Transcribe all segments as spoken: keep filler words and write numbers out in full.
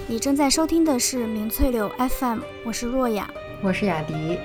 你正在收听的是明翠柳 F M， 我是若雅， 我是雅迪。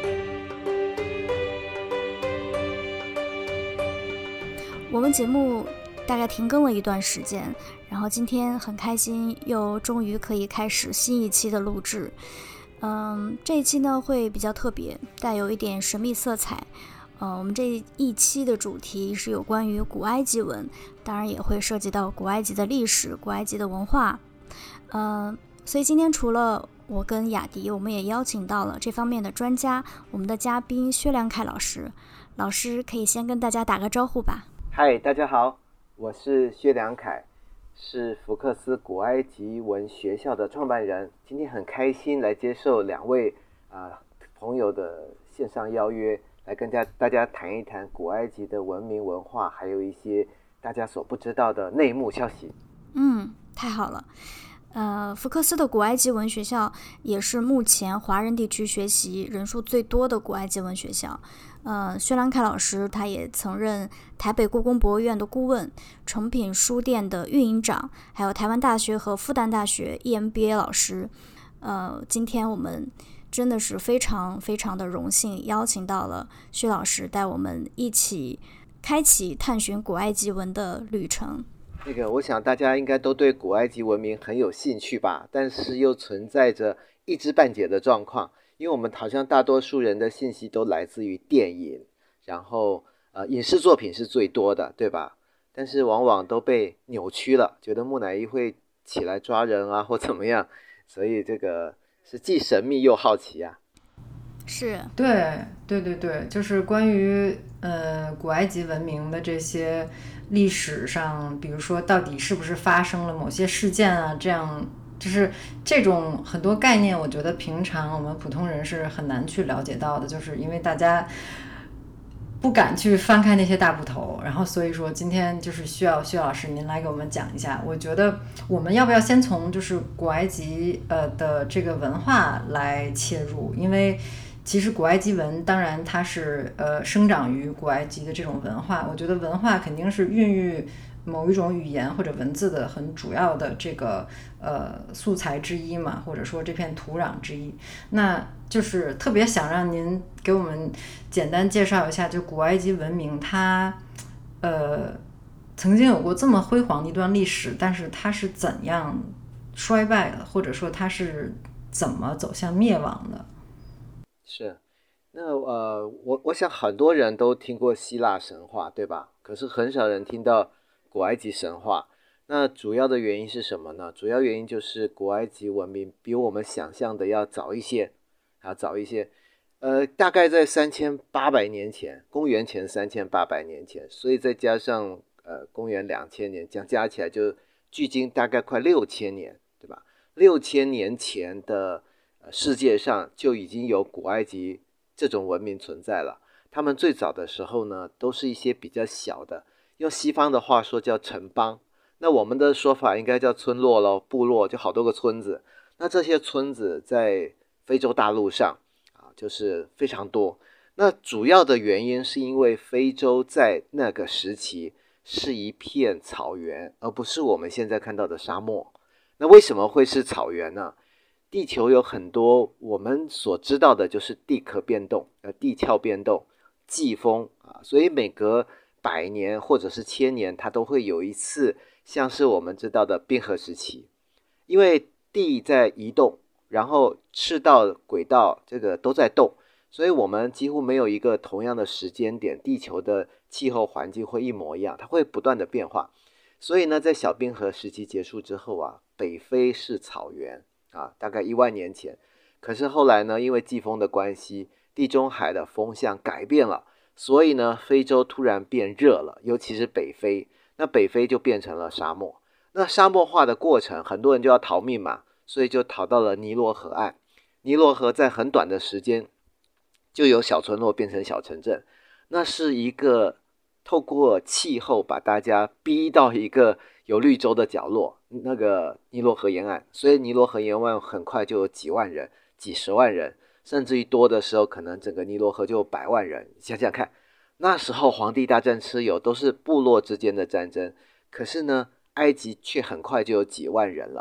我们节目大概停更了一段时间，然后今天很开心又终于可以开始新一期的录制。嗯，这一期呢会比较特别，带有一点神秘色彩。呃，我们这一期的主题是有关于古埃及文，当然也会涉及到古埃及的历史、古埃及的文化。呃，所以今天除了我跟雅迪，我们也邀请到了这方面的专家，我们的嘉宾薛良凯老师。老师可以先跟大家打个招呼吧。 嗨，大家好，我是薛良凯，是福克斯古埃及文学校的创办人。今天很开心来接受两位、呃、朋友的线上邀约，来跟大家谈一谈古埃及的文明文化，还有一些大家所不知道的内幕消息。 嗯，太好了。呃，福克斯的古埃及文学校也是目前华人地区学习人数最多的古埃及文学校。呃，薛良凯老师他也曾任台北故宫博物院的顾问、诚品书店的运营长，还有台湾大学和复旦大学 E M B A 老师。呃，今天我们真的是非常非常的荣幸，邀请到了薛老师带我们一起开启探寻古埃及文的旅程。 那个，我想大家应该都对古埃及文明很有兴趣吧，但是又存在着一知半解的状况，因为我们好像大多数人的信息都来自于电影，然后呃影视作品是最多的，对吧？但是往往都被扭曲了，觉得木乃伊会起来抓人啊，或怎么样，所以这个是既神秘又好奇啊。 是， 对对对对，就是关于呃古埃及文明的这些历史上，比如说到底是不是发生了某些事件啊，这样就是这种很多概念，我觉得平常我们普通人是很难去了解到的，就是因为大家不敢去翻开那些大部头，然后所以说今天就是需要薛老师您来给我们讲一下。我觉得我们要不要先从就是古埃及呃的这个文化来切入，因为其实古埃及文当然它是呃生长于古埃及的这种文化，我觉得文化肯定是孕育某一种语言或者文字的很主要的这个呃素材之一嘛，或者说这片土壤之一。那就是特别想让您给我们简单介绍一下，就古埃及文明它呃曾经有过这么辉煌的一段历史，但是它是怎样衰败的，或者说它是怎么走向灭亡的。 是，那呃，我我想很多人都听过希腊神话，对吧？可是很少人听到古埃及神话。那主要的原因是什么呢？主要原因就是古埃及文明比我们想象的要早一些，要早一些。呃，大概在三千八百年前，公元前三千八百年前，所以再加上呃公元两千年，这样加起来就距今大概快六千年，对吧？六千年前的。世界上就已经有古埃及这种文明存在了。他们最早的时候呢，都是一些比较小的，用西方的话说叫城邦，那我们的说法应该叫村落咯，部落，就好多个村子。那这些村子在非洲大陆上啊，就是非常多。那主要的原因是因为非洲在那个时期是一片草原，而不是我们现在看到的沙漠。那为什么会是草原呢？地球有很多我们所知道的就是地壳变动、呃地壳变动、季风啊，所以每隔百年或者是千年，它都会有一次像是我们知道的冰河时期，因为地在移动，然后赤道、轨道这个都在动，所以我们几乎没有一个同样的时间点，地球的气候环境会一模一样，它会不断的变化。所以呢，在小冰河时期结束之后啊，北非是草原。啊，大概一万年前，可是后来呢，因为季风的关系，地中海的风向改变了，所以呢，非洲突然变热了，尤其是北非，那北非就变成了沙漠。那沙漠化的过程，很多人就要逃命嘛，所以就逃到了尼罗河岸。尼罗河在很短的时间，就由小村落变成小城镇。那是一个透过气候把大家逼到一个有绿洲的角落，那个尼罗河沿岸，所以尼罗河沿岸很快就有几万人、几十万人，甚至于多的时候，可能整个尼罗河就有百万人。想想看，那时候皇帝大战蚩尤都是部落之间的战争，可是呢，埃及却很快就有几万人了。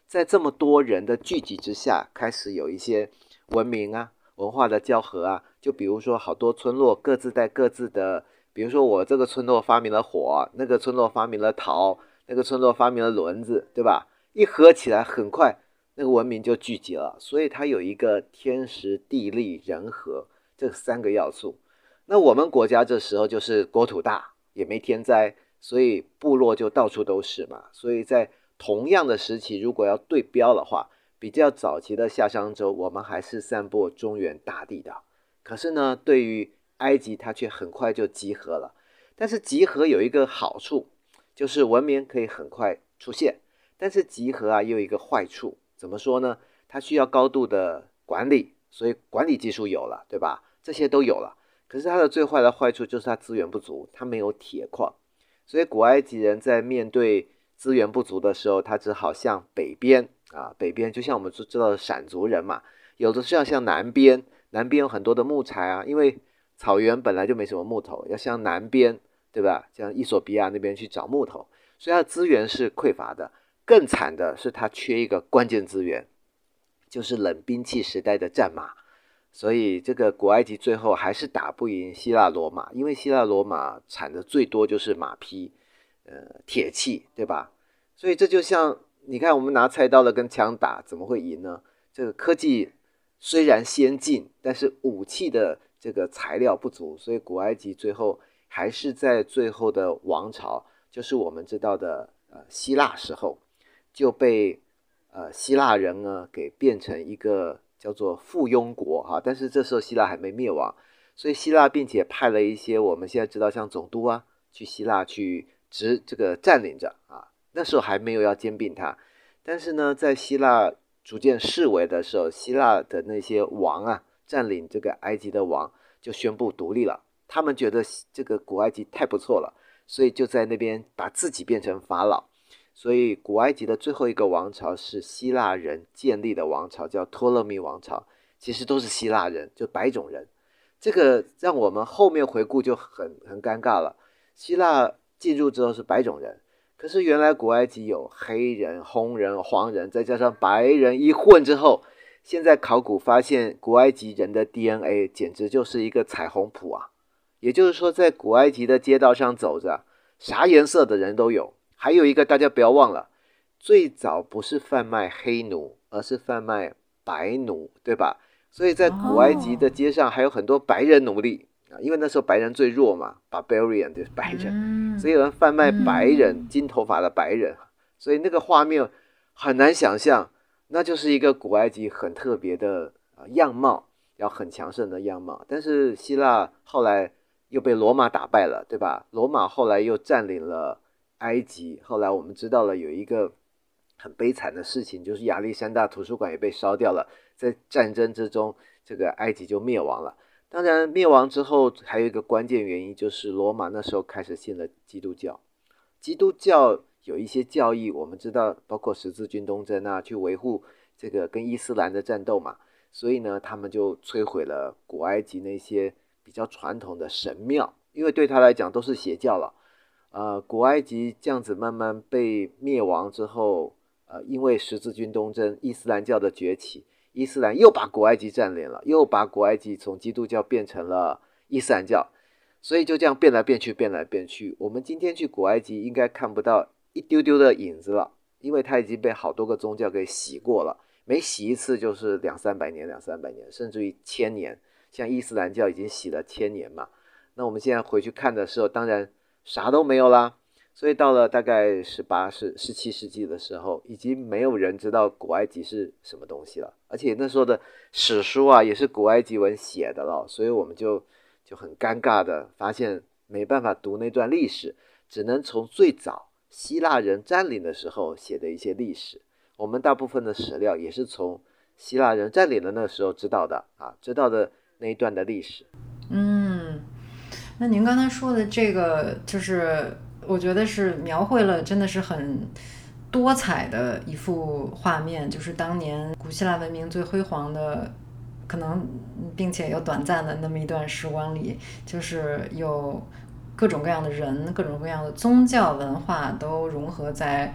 在这么多人的聚集之下，开始有一些文明啊、文化的交合啊。就比如说好多村落各自带各自的，比如说我这个村落发明了火，那个村落发明了陶，那个村落发明了轮子，对吧？一合起来，很快那个文明就聚集了。所以它有一个天时地利人和这三个要素。那我们国家这时候就是国土大，也没天灾，所以部落就到处都是嘛。所以在同样的时期，如果要对标的话，比较早期的夏商周，我们还是散播中原大地的。可是呢，对于埃及，它却很快就集合了。但是集合有一个好处，就是文明可以很快出现。但是集合啊，又有一个坏处，怎么说呢？它需要高度的管理，所以管理技术有了，对吧？这些都有了。可是它的最坏的坏处就是它资源不足，它没有铁矿。所以古埃及人在面对资源不足的时候，他只好向北边啊，北边就像我们知道的闪族人嘛，有的是要向南边，南边有很多的木材啊，因为草原本来就没什么木头，要向南边，对吧？像伊索比亚那边去找木头，所以它的资源是匮乏的。更惨的是它缺一个关键资源，就是冷兵器时代的战马。所以这个古埃及最后还是打不赢希腊罗马，因为希腊罗马产的最多就是马匹，呃，铁器，对吧？所以这就像你看，我们拿菜刀的跟枪打，怎么会赢呢？这个科技虽然先进，但是武器的这个材料不足，所以古埃及最后还是在最后的王朝，就是我们知道的呃希腊时候，就被呃希腊人呢给变成一个叫做附庸国哈，但是这时候希腊还没灭亡，所以希腊并且派了一些我们现在知道像总督啊，去希腊去执这个占领着啊，那时候还没有要兼并它，但是呢，在希腊逐渐式微的时候，希腊的那些王啊，占领这个埃及的王就宣布独立了，他们觉得这个古埃及太不错了，所以就在那边把自己变成法老。所以古埃及的最后一个王朝是希腊人建立的王朝，叫托勒密王朝，其实都是希腊人，就白种人。这个让我们后面回顾就很很尴尬了。希腊进入之后是白种人，可是原来古埃及有黑人、红人、黄人，再加上白人一混之后，现在考古发现古埃及人的 D N A 简直就是一个彩虹谱啊！也就是说，在古埃及的街道上走着，啥颜色的人都有。还有一个大家不要忘了，最早不是贩卖黑奴，而是贩卖白奴，对吧？所以在古埃及的街上还有很多白人奴隶、哦、因为那时候白人最弱嘛， barbarian 就是白人、嗯、所以有人贩卖白人、嗯、金头发的白人，所以那个画面很难想象，那就是一个古埃及很特别的样貌，要很强盛的样貌。但是希腊后来又被罗马打败了，对吧？罗马后来又占领了埃及，后来我们知道了有一个很悲惨的事情，就是亚历山大图书馆也被烧掉了，在战争之中这个埃及就灭亡了。当然灭亡之后还有一个关键原因，就是罗马那时候开始信了基督教，基督教有一些教义我们知道，包括十字军东征啊，去维护这个跟伊斯兰的战斗嘛，所以呢他们就摧毁了古埃及那些比较传统的神庙，因为对他来讲都是邪教了。呃，古埃及这样子慢慢被灭亡之后，呃，因为十字军东征，伊斯兰教的崛起，伊斯兰又把古埃及占领了，又把古埃及从基督教变成了伊斯兰教，所以就这样变来变去，变来变去。我们今天去古埃及应该看不到一丢丢的影子了，因为它已经被好多个宗教给洗过了，每洗一次就是两三百年，两三百年，甚至于千年。像伊斯兰教已经洗了千年嘛，那我们现在回去看的时候，当然啥都没有啦，所以到了大概十八、十七世纪的时候，已经没有人知道古埃及是什么东西了，而且那时候的史书啊也是古埃及文写的了，所以我们就就很尴尬的发现没办法读那段历史，只能从最早希腊人占领的时候写的一些历史，我们大部分的史料也是从希腊人占领的那时候知道的啊，知道的那一段的历史。 嗯，那您刚才说的这个，就是我觉得是描绘了真的是很多彩的一幅画面，就是当年古希腊文明最辉煌的，可能并且有短暂的那么一段时光里，就是有各种各样的人，各种各样的宗教文化都融合在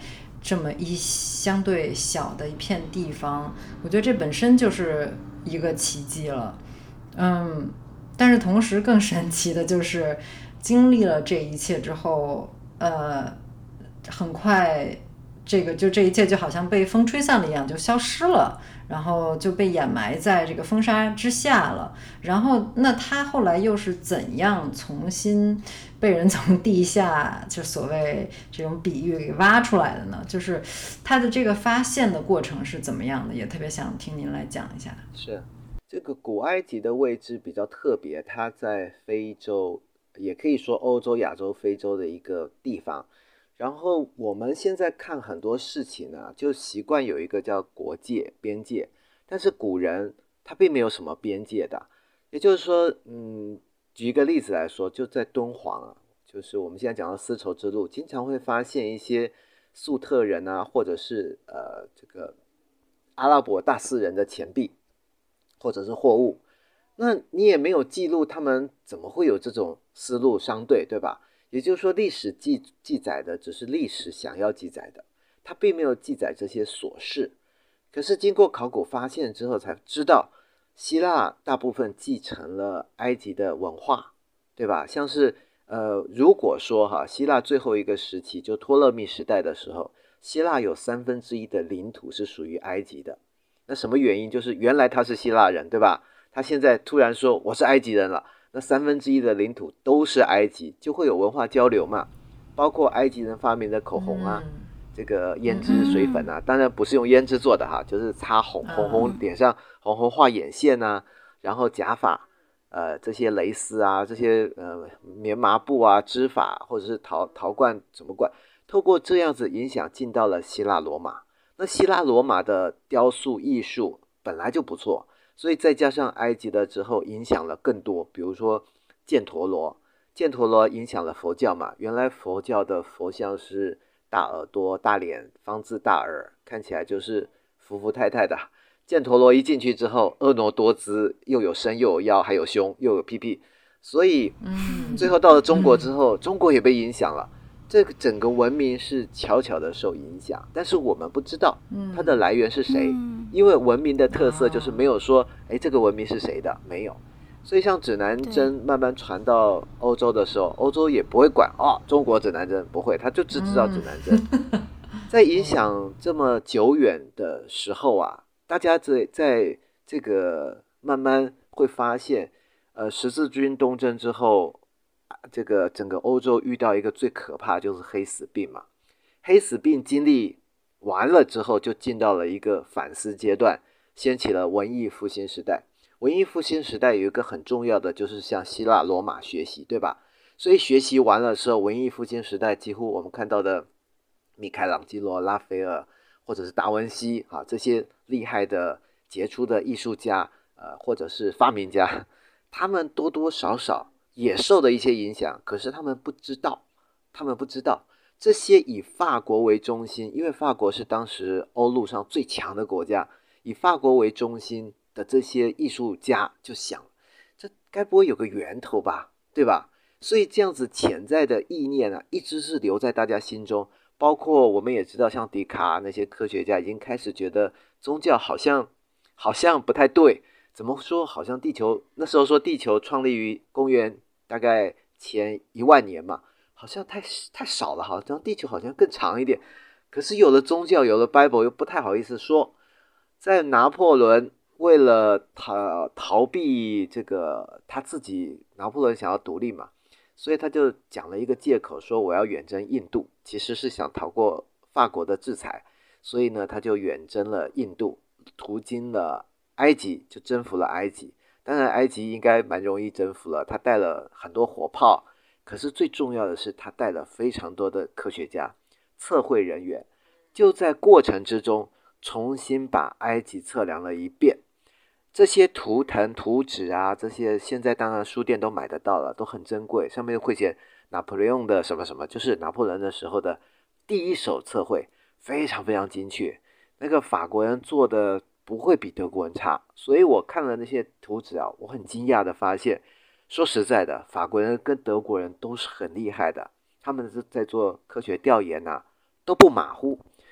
这么一相对小的一片地方，我觉得这本身就是一个奇迹了。嗯，但是同时更神奇的就是经历了这一切之后，呃，很快这个就这一切就好像被风吹散了一样就消失了，然后就被掩埋在这个风沙之下了。然后那他后来又是怎样重新被人从地下就所谓这种比喻给挖出来的呢？就是他的这个发现的过程是怎么样的，也特别想听您来讲一下。 是这个古埃及的位置比较特别，它在非洲，也可以说欧洲、亚洲、非洲的一个地方。然后我们现在看很多事情呢，就习惯有一个叫国界、边界，但是古人他并没有什么边界的。也就是说，嗯，举一个例子来说，就在敦煌啊，就是我们现在讲到丝绸之路，经常会发现一些粟特人啊，或者是呃这个阿拉伯大斯人的钱币，或者是货物。那你也没有记录他们怎么会有这种丝路商队，对吧？也就是说，历史记记载的只是历史想要记载的，它并没有记载这些琐事。可是经过考古发现之后，才知道希腊大部分继承了埃及的文化，对吧？像是呃，如果说哈，希腊最后一个时期就托勒密时代的时候，希腊有三分之一的领土是属于埃及的。那什么原因？就是原来他是希腊人，对吧？他现在突然说我是埃及人了，那三分之一的领土都是埃及，就会有文化交流嘛。包括埃及人发明的口红啊， 嗯这个胭脂水粉啊，当然不是用胭脂做的哈，就是擦红红红脸上红红画眼线啊，然后假发，呃，这些蕾丝啊，这些呃棉麻布啊，织法或者是陶陶罐怎么罐，透过这样子影响进到了希腊罗马。那希腊罗马的雕塑艺术本来就不错，所以再加上埃及的之后影响了更多，比如说犍陀罗，犍陀罗影响了佛教嘛，原来佛教的佛像是大耳朵、大脸、方字大耳，看起来就是服服太太的。犍陀罗一进去之后，婀娜多姿，又有身又有腰，还有胸，又有屁屁，所以最后到了中国之后，中国也被影响了。这个整个文明是悄悄的受影响，但是我们不知道它的来源是谁，因为文明的特色就是没有说，哎，这个文明是谁的，没有。所以像指南针慢慢传到欧洲的时候，欧洲也不会管哦，中国指南针不会，他就只知道指南针。在影响这么久远的时候啊，大家在在这个慢慢会发现，呃，十字军东征之后，这个整个欧洲遇到一个最可怕就是黑死病嘛。黑死病经历完了之后，就进到了一个反思阶段，掀起了文艺复兴时代。文艺复兴时代有一个很重要的就是向希腊罗马学习，对吧？所以学习完了之后，文艺复兴时代几乎我们看到的米开朗基罗、拉斐尔或者是达文西啊，这些厉害的杰出的艺术家，呃，或者是发明家，他们多多少少也受了一些影响，可是他们不知道，他们不知道这些以法国为中心，因为法国是当时欧陆上最强的国家，以法国为中心的这些艺术家就想，这该不会有个源头吧，对吧？所以这样子潜在的意念啊，一直是留在大家心中。包括我们也知道，像笛卡尔那些科学家已经开始觉得宗教好像好像不太对。怎么说？好像地球那时候说地球创立于公元大概前一万年嘛，好像太太少了，好像地球好像更长一点。可是有了宗教，有了 Bible， 又不太好意思说。在拿破仑为了逃逃避这个他自己，拿破仑想要独立嘛，所以他就讲了一个借口，说我要远征印度，其实是想逃过法国的制裁，所以呢，他就远征了印度，途经了埃及，就征服了埃及。当然，埃及应该蛮容易征服了，他带了很多火炮，可是最重要的是，他带了非常多的科学家、测绘人员，就在过程之中重新把埃及测量了一遍。这些图腾图纸啊，这些现在当然书店都买得到了，都很珍贵，上面会写拿破仑的什么什么，就是拿破仑的时候的第一手测绘，非常非常精确。那个法国人做的不会比德国人差，所以我看了那些图纸啊，我很惊讶的发现，说实在的，法国人跟德国人都是很厉害的，他们是在做科学调研啊，都不马虎。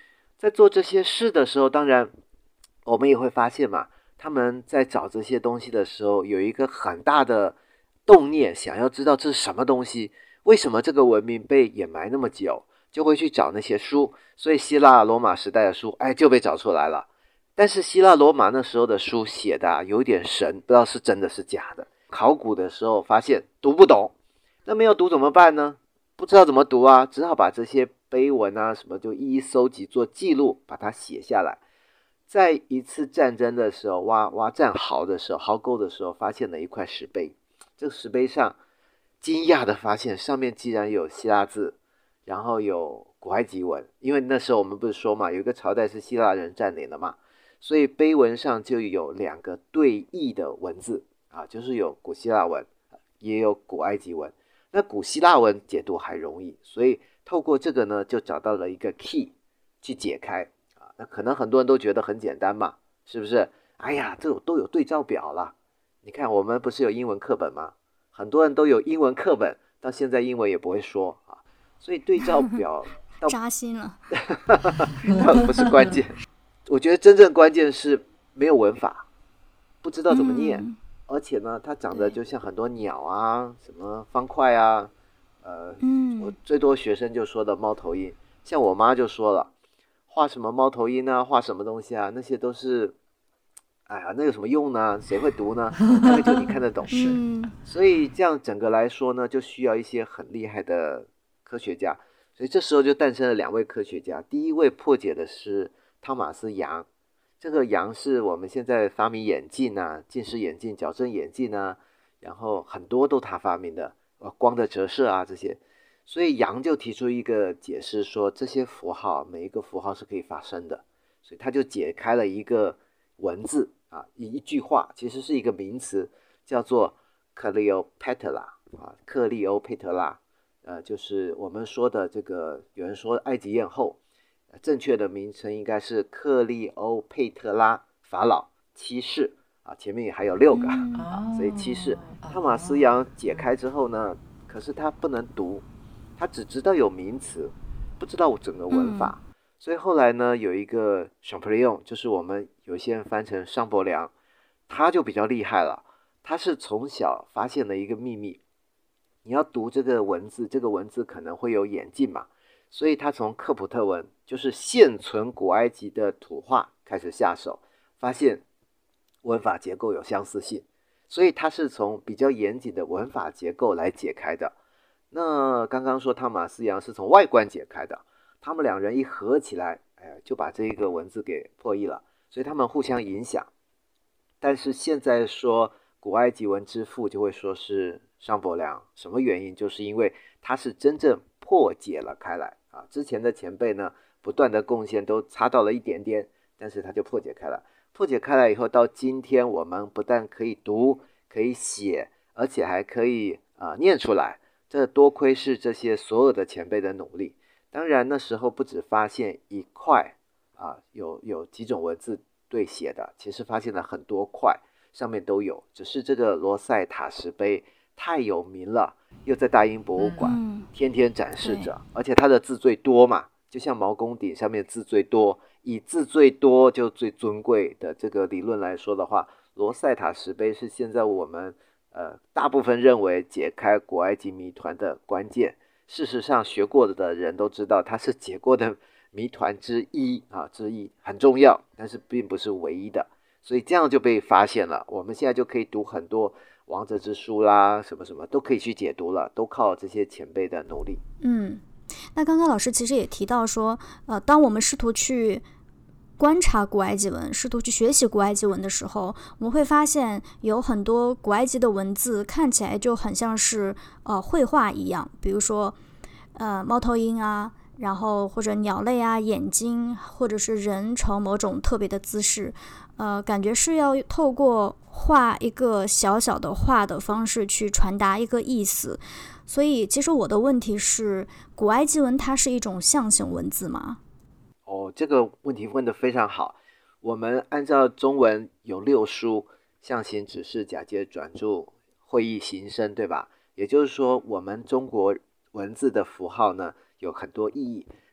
在做这些事的时候，当然我们也会发现嘛，他们在找这些东西的时候有一个很大的动念，想要知道这是什么东西，为什么这个文明被掩埋那么久，就会去找那些书。所以希腊罗马时代的书哎就被找出来了。但是希腊罗马那时候的书写的啊有点神，不知道是真的是假的。考古的时候发现读不懂，那没有读怎么办呢？不知道怎么读啊，只好把这些碑文啊什么就一一收集做记录，把它写下来。在一次战争的时候，挖挖战壕的时候，壕沟的时候，发现了一块石碑。这个石碑上惊讶的发现，上面竟然有希腊字，然后有古埃及文。因为那时候我们不是说嘛，有一个朝代是希腊人占领的嘛，所以碑文上就有两个对译的文字啊，就是有古希腊文，也有古埃及文。那古希腊文解读还容易，所以透过这个呢，就找到了一个 key 去解开啊。那可能很多人都觉得很简单嘛，是不是？哎呀，这都有对照表了。你看我们不是有英文课本吗？很多人都有英文课本，到现在英文也不会说啊。所以对照表到扎心了不是关键，我觉得真正关键是没有文法，不知道怎么念。嗯，而且呢，它长得就像很多鸟啊，什么方块啊，呃，嗯，我最多学生就说的猫头鹰，像我妈就说了，画什么猫头鹰啊，画什么东西啊，那些都是，哎呀，那有什么用呢？谁会读呢？那个就你看得懂。 是， 所以这样整个来说呢，就需要一些很厉害的科学家。所以这时候就诞生了两位科学家，第一位破解的是汤马斯·杨。这个杨是我们现在发明眼镜啊，近视眼镜、矫正眼镜啊，然后很多都他发明的，光的折射啊这些。所以杨就提出一个解释说，这些符号每一个符号是可以发声的，所以他就解开了一个文字啊，一句话其实是一个名词，叫做克利欧佩特拉啊，克利欧佩特拉，呃，就是我们说的这个，有人说埃及艳后。正确的名称应该是克利欧佩特拉法老七世啊，前面还有六个、嗯、啊，所以七世。汤马斯杨解开之后呢，可是他不能读，他只知道有名词，不知道整个文法，嗯、所以后来呢，有一个尚普利用，就是我们有些人翻成商伯良，他就比较厉害了，他是从小发现了一个秘密，你要读这个文字，这个文字可能会有演进嘛。所以他从科普特文，就是现存古埃及的土话开始下手，发现文法结构有相似性，所以他是从比较严谨的文法结构来解开的。那刚刚说汤马斯杨是从外观解开的，他们两人一合起来，哎，就把这个文字给破译了，所以他们互相影响。但是现在说古埃及文之父就会说是尚伯良，什么原因？就是因为他是真正破解了开来。啊，之前的前辈呢，不断的贡献都差到了一点点，但是他就破解开了。破解开来以后，到今天我们不但可以读，可以写，而且还可以啊、呃、念出来。这多亏是这些所有的前辈的努力。当然那时候不只发现一块啊，有有几种文字对写的，其实发现了很多块，上面都有。只是这个罗塞塔石碑太有名了，又在大英博物馆、嗯、天天展示着，而且它的字最多嘛，就像毛公鼎上面字最多，以字最多就最尊贵的这个理论来说的话，罗塞塔石碑是现在我们呃大部分认为解开古埃及谜团的关键。事实上学过的人都知道它是解过的谜团之一啊，之一很重要，但是并不是唯一的，所以这样就被发现了。我们现在就可以读很多王者之书啦，什么什么都可以去解读了，都靠这些前辈的努力。 嗯，那刚刚老师其实也提到说，呃，当我们试图去观察古埃及文，试图去学习古埃及文的时候，我们会发现有很多古埃及的文字看起来就很像是呃绘画一样，比如说呃猫头鹰啊，然后或者鸟类啊，眼睛，或者是人呈某种特别的姿势，呃，感觉是要透过画一个小小的画的方式去传达一个意思。所以其实我的问题是，古埃及文它是一种象形文字吗？ 哦，这个问题问得非常好。我们按照中文有六书，象形、指示、假借、转注、会意、形声，对吧？也就是说我们中国文字的符号呢有很多意义，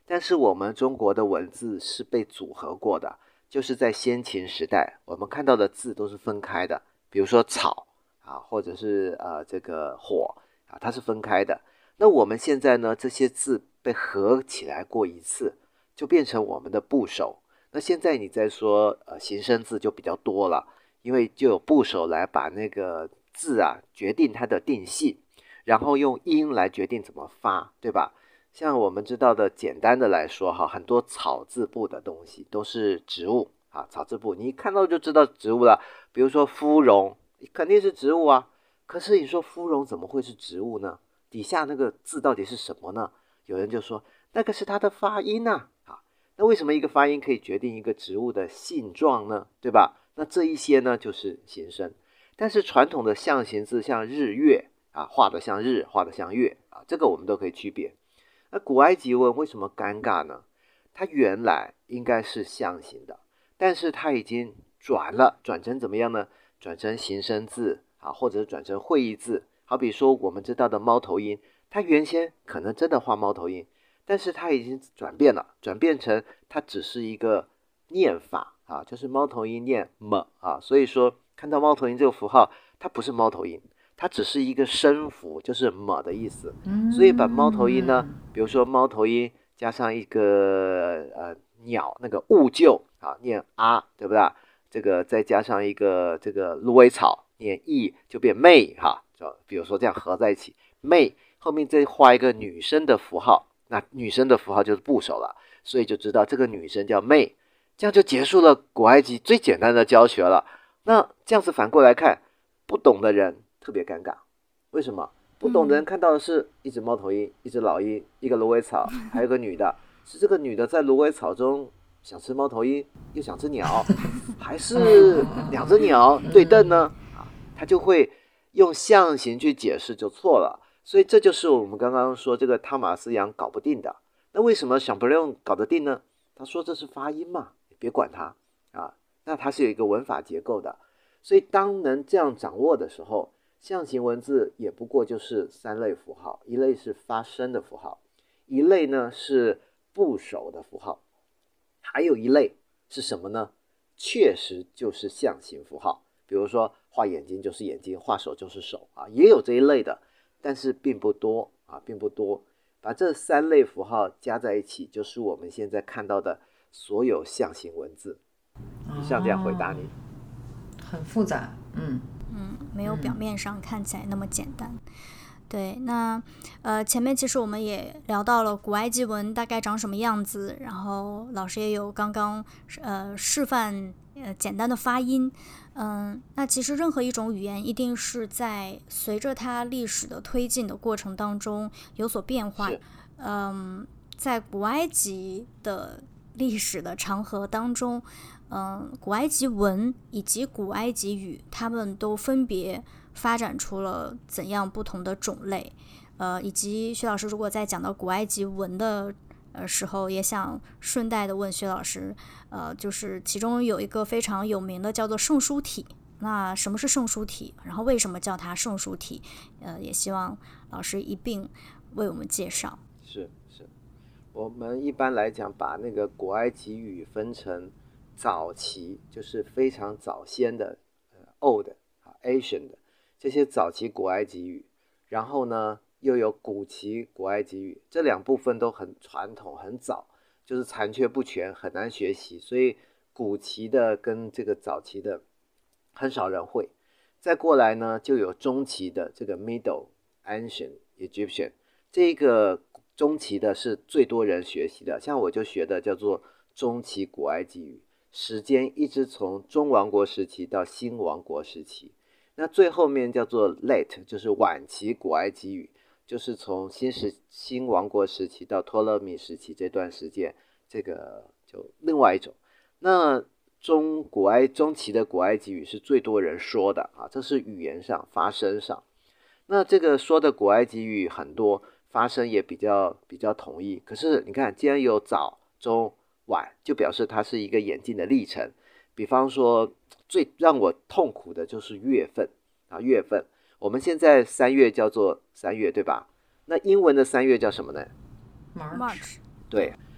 但是我们中国的文字是被组合过的，就是在先秦时代我们看到的字都是分开的，比如说草啊，或者是呃这个火啊，它是分开的。那我们现在呢，这些字被合起来过一次，就变成我们的部首。那现在你在说呃形声字就比较多了，因为就有部首来把那个字啊决定它的定性，然后用音来决定怎么发，对吧？像我们知道的简单的来说哈，很多草字部的东西都是植物啊，草字部你一看到就知道植物了。比如说芙蓉肯定是植物啊，可是你说芙蓉怎么会是植物呢？底下那个字到底是什么呢？有人就说那个是它的发音啊。啊，那为什么一个发音可以决定一个植物的性状呢？对吧？那这一些呢就是形声。但是传统的象形字像日月啊，画得像日，画得像月啊，这个我们都可以区别。那古埃及文为什么尴尬呢？它原来应该是象形的，但是它已经转了，转成怎么样呢？转成形声字啊，或者是转成会意字。好比说我们知道的猫头鹰，它原先可能真的画猫头鹰，但是它已经转变了，转变成它只是一个念法啊，就是猫头鹰念么啊，所以说看到猫头鹰这个符号，它不是猫头鹰，它只是一个声符，就是么的意思。所以把猫头鹰呢，比如说猫头鹰加上一个呃鸟那个兀鹫啊，念啊，对不对？这个再加上一个这个芦苇草，念意，就变媚哈。就比如说这样合在一起，媚后面再画一个女生的符号，那女生的符号就是部首了，所以就知道这个女生叫媚。这样就结束了古埃及最简单的教学了。那这样子反过来看，不懂的人特别尴尬。为什么？不懂的人看到的是一只猫头鹰，一只老鹰，一个芦苇草，还有个女的，是这个女的在芦苇草中想吃猫头鹰，又想吃鸟，还是两只鸟对瞪呢？啊，他就会用象形去解释，就错了。所以这就是我们刚刚说这个汤马斯杨搞不定的。那为什么想不用搞得定呢？他说这是发音嘛，别管它啊。那它是有一个文法结构的，所以当能这样掌握的时候，象形文字也不过就是三类符号，一类是发声的符号，一类呢是部首的符号，还有一类是什么呢？确实就是象形符号，比如说画眼睛就是眼睛，画手就是手啊，也有这一类的，但是并不多啊，并不多。把这三类符号加在一起，就是我们现在看到的所有象形文字。以上这样回答你。 哦，很复杂，嗯嗯，没有表面上看起来那么简单。嗯、对，那呃，前面其实我们也聊到了古埃及文大概长什么样子，然后老师也有刚刚呃示范呃简单的发音。嗯、呃，那其实任何一种语言一定是在随着它历史的推进的过程当中有所变化。嗯、呃，在古埃及的历史的长河当中，嗯、呃，古埃及文以及古埃及语，他们都分别发展出了怎样不同的种类，呃，以及薛老师如果在讲到古埃及文的呃时候，也想顺带的问薛老师，呃，就是其中有一个非常有名的叫做圣书体，那什么是圣书体？然后为什么叫它圣书体？呃，也希望老师一并为我们介绍。 是是，我们一般来讲把那个古埃及语分成早期，就是非常早先的、呃、old 啊 ancient 的这些早期古埃及语，然后呢又有古期古埃及语，这两部分都很传统很早，就是残缺不全，很难学习，所以古期的跟这个早期的很少人会。再过来呢就有中期的这个 middle ancient Egyptian， 这个中期的是最多人学习的，像我就学的叫做中期古埃及语，时间一直从中王国时期到新王国时期。那最后面叫做 late， 就是晚期古埃及语，就是从新时新王国时期到托勒密时期这段时间，这个就另外一种。那中古埃中期的古埃及语是最多人说的啊，这是语言上发声上。那这个说的古埃及语很多，发声也比较比较统一。可是你看，既然有早中晚，就表示它是一个演进的历程。比方说最让我痛苦的就是月份啊，月份我们现在三月叫做三月对吧？那英文的三月叫什么呢？ March。 对，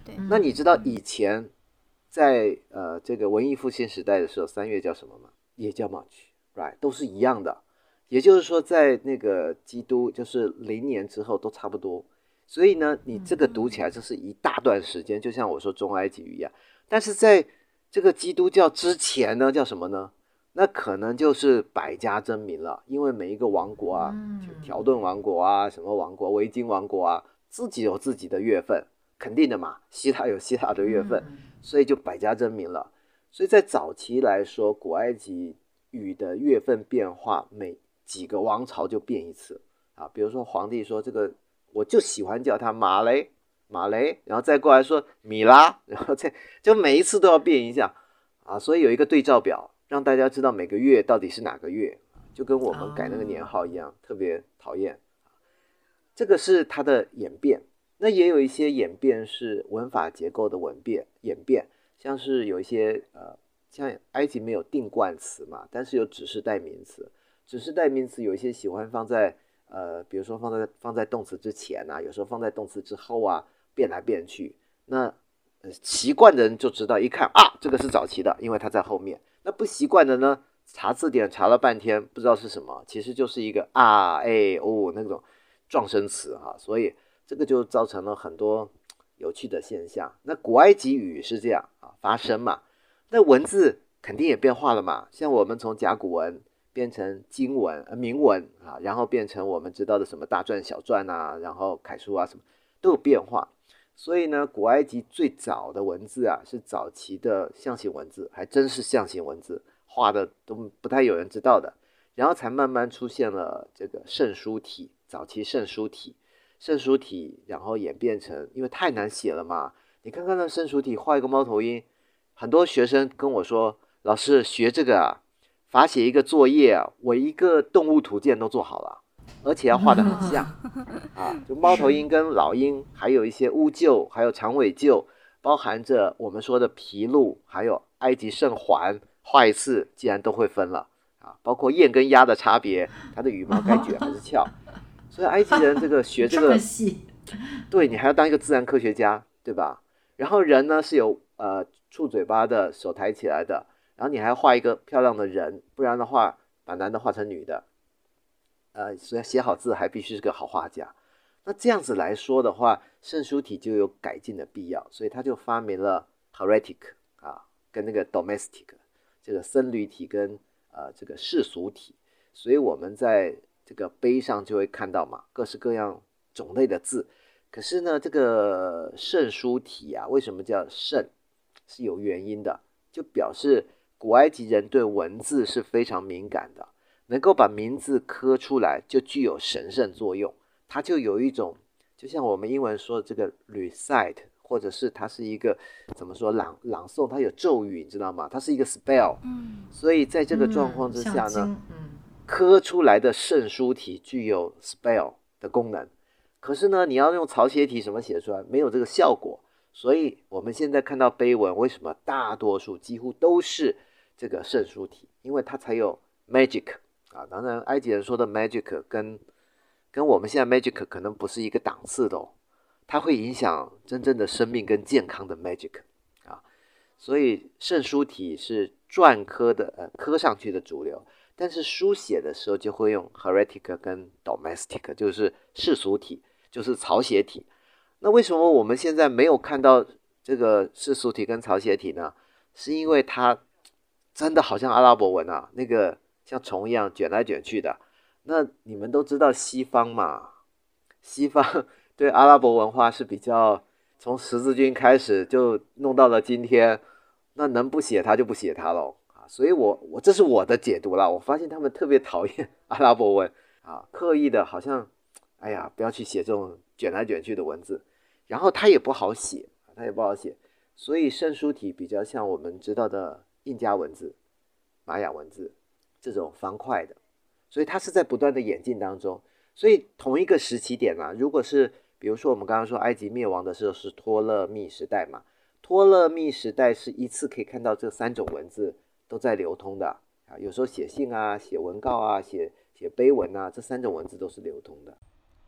对。 那你知道以前在呃这个文艺复兴时代的时候，三月叫什么吗？也叫 March，right， 都是一样的。也就是说，在那个基督就是零年之后都差不多。所以呢，你这个读起来就是一大段时间，就像我说中埃及语一样。但是在这个基督教之前呢，叫什么呢？那可能就是百家争鸣了，因为每一个王国啊，条顿王国啊，什么王国，维京王国啊，自己有自己的月份，肯定的嘛。希腊有希腊的月份，所以就百家争鸣了。所以在早期来说，古埃及语的月份变化，每几个王朝就变一次啊。比如说皇帝说这个，我就喜欢叫他马雷，马雷，然后再过来说米拉，然后再就每一次都要变一下啊。所以有一个对照表，让大家知道每个月到底是哪个月，就跟我们改那个年号一样，特别讨厌。这个是它的演变。那也有一些演变是文法结构的文变演变，像是有一些呃，像埃及没有定冠词嘛，但是有指示代名词。指示代名词有一些喜欢放在呃，比如说放在放在动词之前啊，有时候放在动词之后啊，变来变去。那呃习惯的人就知道，一看啊，这个是早期的，因为它在后面。那不习惯的呢，查字典查了半天不知道是什么，其实就是一个啊哎哦那种撞声词啊，所以这个就造成了很多有趣的现象。那古埃及语是这样啊，发声嘛，那文字肯定也变化了嘛，像我们从甲骨文变成金文、呃、铭文啊，然后变成我们知道的什么大篆、小篆啊，然后楷书啊什么都有变化。所以呢，古埃及最早的文字啊，是早期的象形文字，还真是象形文字，画的都不太有人知道的。然后才慢慢出现了这个圣书体，早期圣书体，圣书体，然后演变成，因为太难写了嘛，你看看那圣书体画一个猫头鹰，很多学生跟我说，老师学这个啊，罚写一个作业啊，我一个动物图鉴都做好了，而且要画得很像啊，就猫头鹰跟老鹰，还有一些乌鹫，还有长尾鹫，包含着我们说的琵鹭，还有埃及圣环，画一次既然都会分了啊，包括雁跟鸭的差别，它的羽毛该卷还是翘，所以埃及人这个学这个， 这么细， 对，你还要当一个自然科学家，对吧？然后人呢是有呃触嘴巴的，手抬起来的，然后你还要画一个漂亮的人，不然的话把男的画成女的，呃，所以写好字还必须是个好画家。那这样子来说的话，圣书体就有改进的必要，所以他就发明了 hieratic 啊，跟那个 domestic 这个僧侣体跟呃这个世俗体。所以我们在这个碑上就会看到嘛，各式各样种类的字。可是呢，这个圣书体啊，为什么叫圣？是有原因的，就表示古埃及人对文字是非常敏感的，能够把名字刻出来，就具有神圣作用。它就有一种，就像我们英文说的这个 recite， 或者是它是一个怎么说朗朗诵，它有咒语，你知道吗？它是一个 spell。嗯，所以在这个状况之下呢，嗯、刻出来的圣书体具有 spell 的功能。可是呢，你要用草写体什么写出来，没有这个效果。所以我们现在看到碑文，为什么大多数几乎都是这个圣书体？因为它才有 magic 啊。当然，埃及人说的 magic 跟跟我们现在 magic 可能不是一个档次的哦，它会影响真正的生命跟健康的 magic 啊。所以圣书体是篆刻的呃刻上去的主流，但是书写的时候就会用 hieratic 跟 domestic， 就是世俗体。就是草写体。那为什么我们现在没有看到这个世俗体跟草写体呢？是因为它真的好像阿拉伯文啊，那个像虫一样卷来卷去的。那你们都知道西方嘛，西方对阿拉伯文化是比较从十字军开始就弄到了今天，那能不写它就不写它咯。所以我我这是我的解读啦，我发现他们特别讨厌阿拉伯文啊，刻意的好像哎呀，不要去写这种卷来卷去的文字，然后它也不好写，它也不好写，所以圣书体比较像我们知道的印加文字、玛雅文字这种方块的，所以它是在不断的演进当中。所以同一个时期点啊，如果是比如说我们刚刚说埃及灭亡的时候是托勒密时代嘛，托勒密时代是一次可以看到这三种文字都在流通的啊，有时候写信啊、写文告啊、写写碑文啊，这三种文字都是流通的。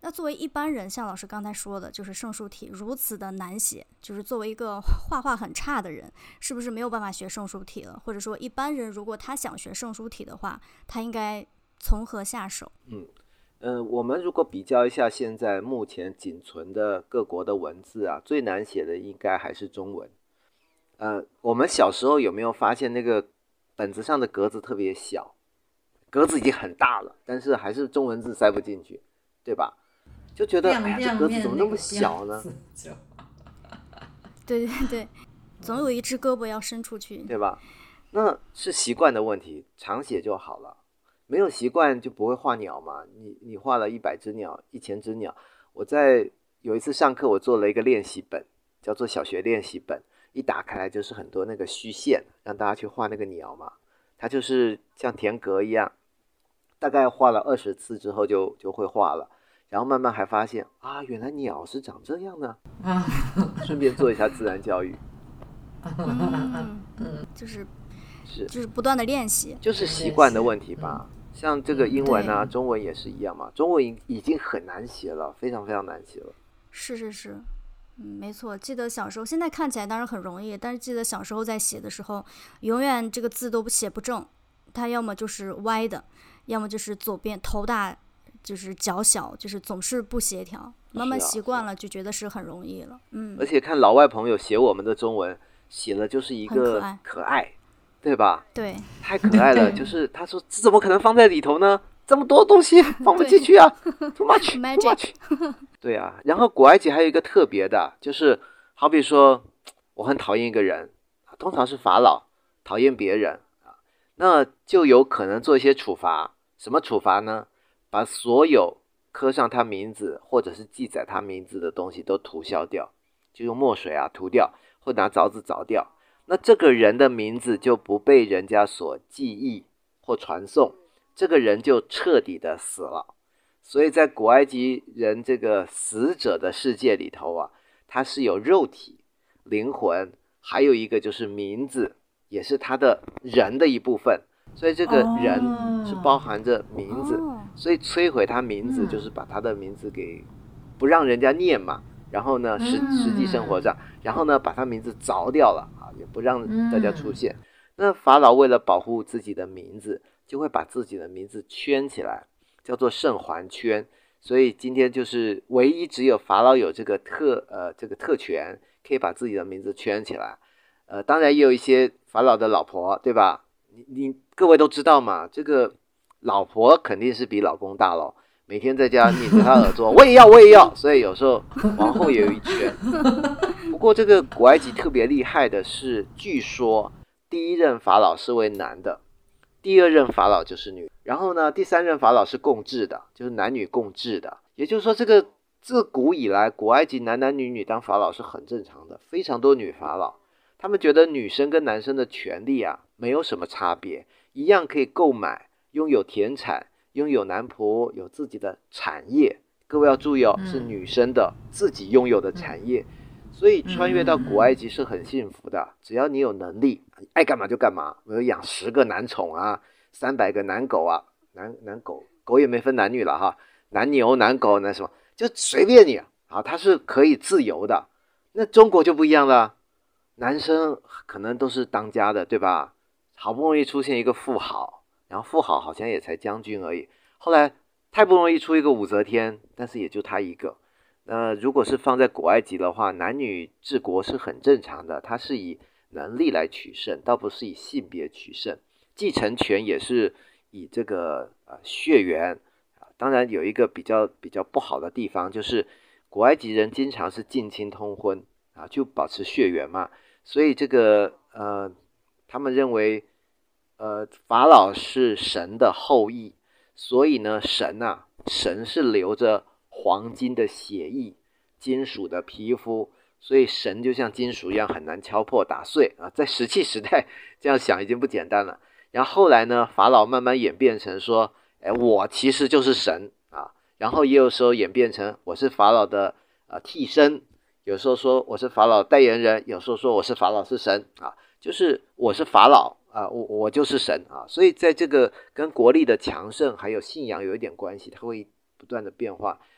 那作为一般人，像老师刚才说的，就是圣书体如此的难写，就是作为一个画画很差的人，是不是没有办法学圣书体了？或者说一般人如果他想学圣书体的话，他应该从何下手？ 嗯呃，我们如果比较一下现在目前仅存的各国的文字啊，最难写的应该还是中文。呃，我们小时候有没有发现那个本子上的格子特别小，格子已经很大了，但是还是中文字塞不进去，对吧？就觉得哎呀，这格子怎么那么小呢？ 对对对，总有一只胳膊要伸出去， 对吧？那是习惯的问题，常写就好了。没有习惯就不会画鸟嘛。你你画了一百只鸟，一千只鸟。我在有一次上课，我做了一个练习本，叫做小学练习本。一打开来就是很多那个虚线，让大家去画那个鸟嘛。它就是像填格一样，大概画了二十次之后就就会画了。然后慢慢还发现啊，原来鸟是长这样呢。顺便做一下自然教育。 嗯嗯，就是是就是不断的练习， 就是习惯的问题吧。像这个英文啊、中文也是一样嘛。中文已经很难写了，非常非常难写了。 是是是，嗯，没错。记得小时候，现在看起来当然很容易，但是记得小时候在写的时候，永远这个字都写不正，它要么就是歪的，要么就是左边头大，就是脚小，就是总是不协调。慢慢习惯了，就觉得是很容易了。嗯。 而且看老外朋友写我们的中文，写了就是一个可爱。对吧？ 对， 太可爱了。就是他说这怎么可能放在里头呢？这么多东西放不进去啊！Too much, too much。对啊。然后古埃及还有一个特别的，就是好比说，我很讨厌一个人，通常是法老讨厌别人啊，那就有可能做一些处罚。什么处罚呢？把所有刻上他名字或者是记载他名字的东西都涂消掉，就用墨水啊涂掉，或拿凿子凿掉。那这个人的名字就不被人家所记忆或传颂，这个人就彻底的死了。所以在古埃及人这个死者的世界里头啊，他是有肉体、灵魂，还有一个就是名字，也是他的人的一部分。所以这个人是包含着名字，哦、所以摧毁他名字就是把他的名字给不让人家念嘛。然后呢，实实际生活上，然后呢，把他名字凿掉了啊，也不让大家出现。那法老为了保护自己的名字，就会把自己的名字圈起来，叫做圣环圈。所以今天就是唯一只有法老有这个特呃这个特权，可以把自己的名字圈起来。呃，当然也有一些法老的老婆，对吧？你你各位都知道嘛，这个老婆肯定是比老公大咯。每天在家拧着他耳朵，我也要，我也要，所以有时候皇后也有一圈。不过这个古埃及特别厉害的是，据说第一任法老是位男的，第二任法老就是女，然后呢，第三任法老是共治的，就是男女共治的。也就是说，这个自古以来，古埃及男男女女当法老是很正常的，非常多女法老。他们觉得女生跟男生的权利啊没有什么差别，一样可以购买，拥有田产，拥有男仆，有自己的产业。各位要注意哦，是女生的自己拥有的产业。所以穿越到古埃及是很幸福的，只要你有能力，爱干嘛就干嘛。我有养十个男宠啊，三百个男狗啊，男男狗狗也没分男女了哈，男牛男狗那什么就随便你啊，它是可以自由的。那中国就不一样了，男生可能都是当家的，对吧？好不容易出现一个富豪，然后富豪好像也才将军而已，后来太不容易出一个武则天，但是也就他一个。呃，如果是放在古埃及的话，男女治国是很正常的，它是以能力来取胜，倒不是以性别取胜。继承权也是以这个呃血缘，当然有一个比较比较不好的地方，就是古埃及人经常是近亲通婚啊，就保持血缘嘛，所以这个呃，他们认为呃法老是神的后裔，所以呢，神啊，神是流着黄金的血液，金属的皮肤，所以神就像金属一样很难敲破打碎啊。在石器时代这样想已经不简单了。然后后来呢，法老慢慢演变成说，哎，我其实就是神啊。然后也有时候演变成我是法老的呃替身，有时候说我是法老代言人，有时候说我是法老是神啊，就是我是法老啊，我我就是神啊。所以在这个跟国力的强盛还有信仰有一点关系，它会不断的变化。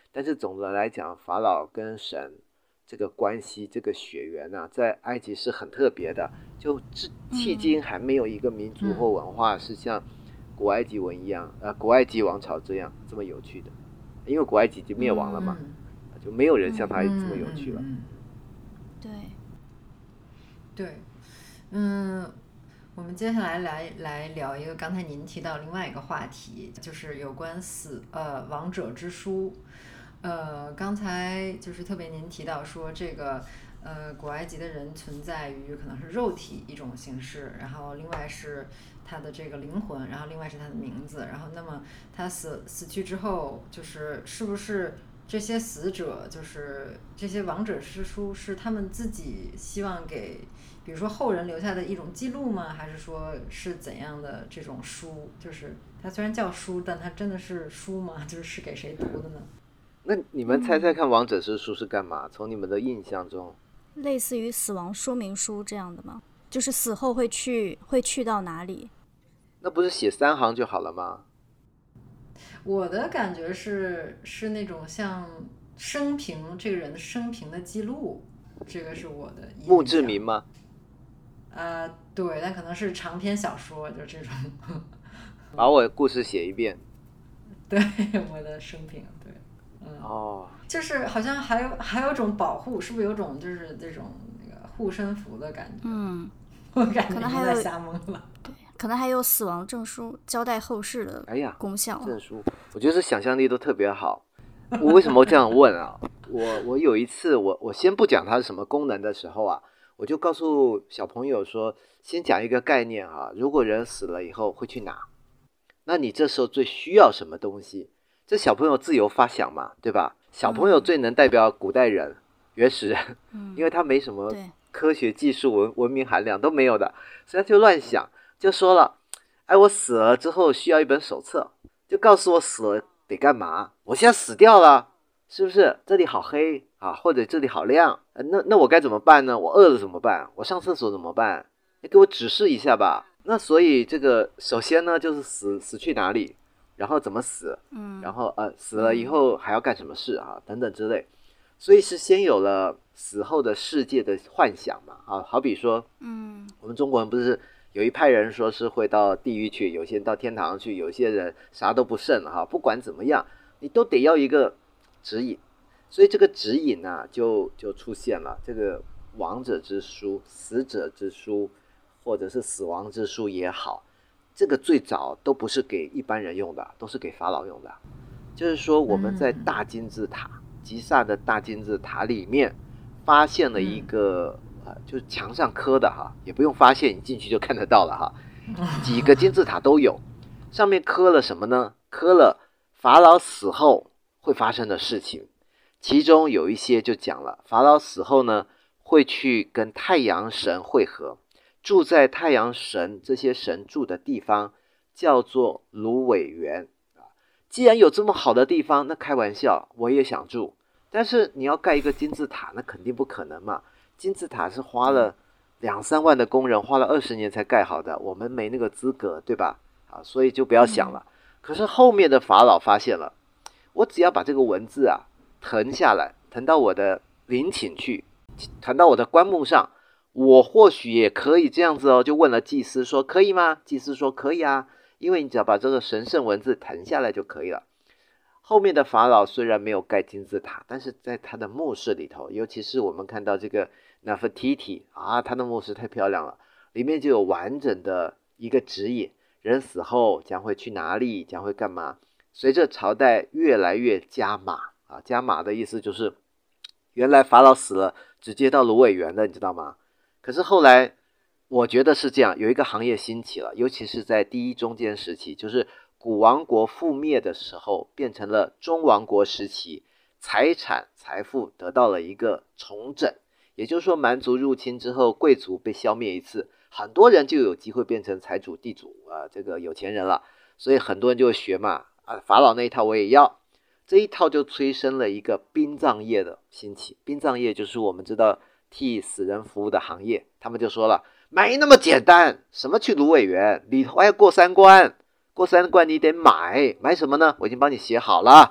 但是总的来讲，法老跟神这个关系，这个血缘啊，在埃及是很特别的，就迄今还没有一个民族或文化是像古埃及文一样，呃，古埃及王朝这样这么有趣的，因为古埃及已经灭亡了嘛， 嗯、 就没有人像他这么有趣了。 嗯嗯嗯、 对， 对，嗯。我们接下来来来聊一个刚才您提到另外一个话题，就是有关死呃王者之书。呃，刚才就是特别您提到说这个呃古埃及的人存在于可能是肉体一种形式，然后另外是他的这个灵魂，然后另外是他的名字，然后那么他死死去之后，就是是不是这些死者，就是这些王者之书是他们自己希望给比如说后人留下的一种记录吗？还是说是怎样的这种书？就是它虽然叫书，但它真的是书吗？就是是给谁读的呢？ 那你们猜猜看，王者之书是干嘛？嗯、从你们的印象中， 类似于死亡说明书这样的吗？就是死后会去会去到哪里？ 那不是写三行就好了吗？ 我的感觉是是那种像生平这个人的生平的记录，这个是我的印象。 墓志铭吗？ 呃，对，但可能是长篇小说，就这种。 把我的故事写一遍。 对，我的生平，对，嗯， 哦， 就是好像还有还有种保护，是不是有种就是这种那个护身符的感觉？ 嗯， 我感觉可能还有在瞎蒙了。 对，可能还有死亡证书，交代后事的功效。 哎呀，证书，我觉得是想象力都特别好。我为什么这样问啊？我我有一次，我我先不讲它是什么功能的时候啊。我就告诉小朋友说，先讲一个概念啊，如果人死了以后会去哪？那你这时候最需要什么东西？这小朋友自由发想嘛，对吧？小朋友最能代表古代人、嗯、原始人、嗯，因为他没什么科学技术文文明含量都没有的，所以他就乱想，就说了，哎，我死了之后需要一本手册，就告诉我死了得干嘛？我现在死掉了。是不是这里好黑啊，或者这里好亮？那那我该怎么办呢？我饿了怎么办？我上厕所怎么办？你给我指示一下吧。那所以这个首先呢，就是死死去哪里，然后怎么死， 嗯， 然后呃死了以后还要干什么事啊，等等之类。所以是先有了死后的世界的幻想嘛啊，好比说， 嗯， 我们中国人不是有一派人说是会到地狱去，有些人到天堂去，有些人啥都不剩了哈。不管怎么样，你都得要一个指引，所以这个指引呢、啊，就就出现了这个亡者之书、死者之书，或者是死亡之书也好，这个最早都不是给一般人用的，都是给法老用的。就是说我们在大金字塔、嗯、吉萨的大金字塔里面发现了一个、嗯呃、就是墙上刻的哈，也不用发现，你进去就看得到了哈。几个金字塔都有，上面刻了什么呢？刻了法老死后会发生的事情，其中有一些就讲了，法老死后呢，会去跟太阳神会合，住在太阳神这些神住的地方，叫做芦苇园。既然有这么好的地方，那开玩笑，我也想住。但是你要盖一个金字塔，那肯定不可能嘛。金字塔是花了两三万的工人，花了二十年才盖好的，我们没那个资格，对吧？啊，所以就不要想了。可是后面的法老发现了，我只要把这个文字啊誊下来，誊到我的陵寝去，誊到我的棺木上，我或许也可以这样子哦。就问了祭司说可以吗？祭司说可以啊，因为你只要把这个神圣文字誊下来就可以了。后面的法老虽然没有盖金字塔，但是在他的墓室里头，尤其是我们看到这个 Nefertiti 啊，他的墓室太漂亮了，里面就有完整的一个指引，人死后将会去哪里，将会干嘛。随着朝代越来越加码啊，加码的意思就是原来法老死了直接到芦苇园的，你知道吗？可是后来我觉得是这样，有一个行业兴起了，尤其是在第一中间时期，就是古王国覆灭的时候，变成了中王国时期，财产财富得到了一个重整，也就是说蛮族入侵之后，贵族被消灭一次，很多人就有机会变成财主地主啊，这个有钱人了，所以很多人就会学嘛，啊，法老那一套我也要，这一套就催生了一个殡葬业的兴起。殡葬业就是我们知道替死人服务的行业，他们就说了，没那么简单，什么去芦苇园，里头还要过三关，过三关你得买，买什么呢？我已经帮你写好了，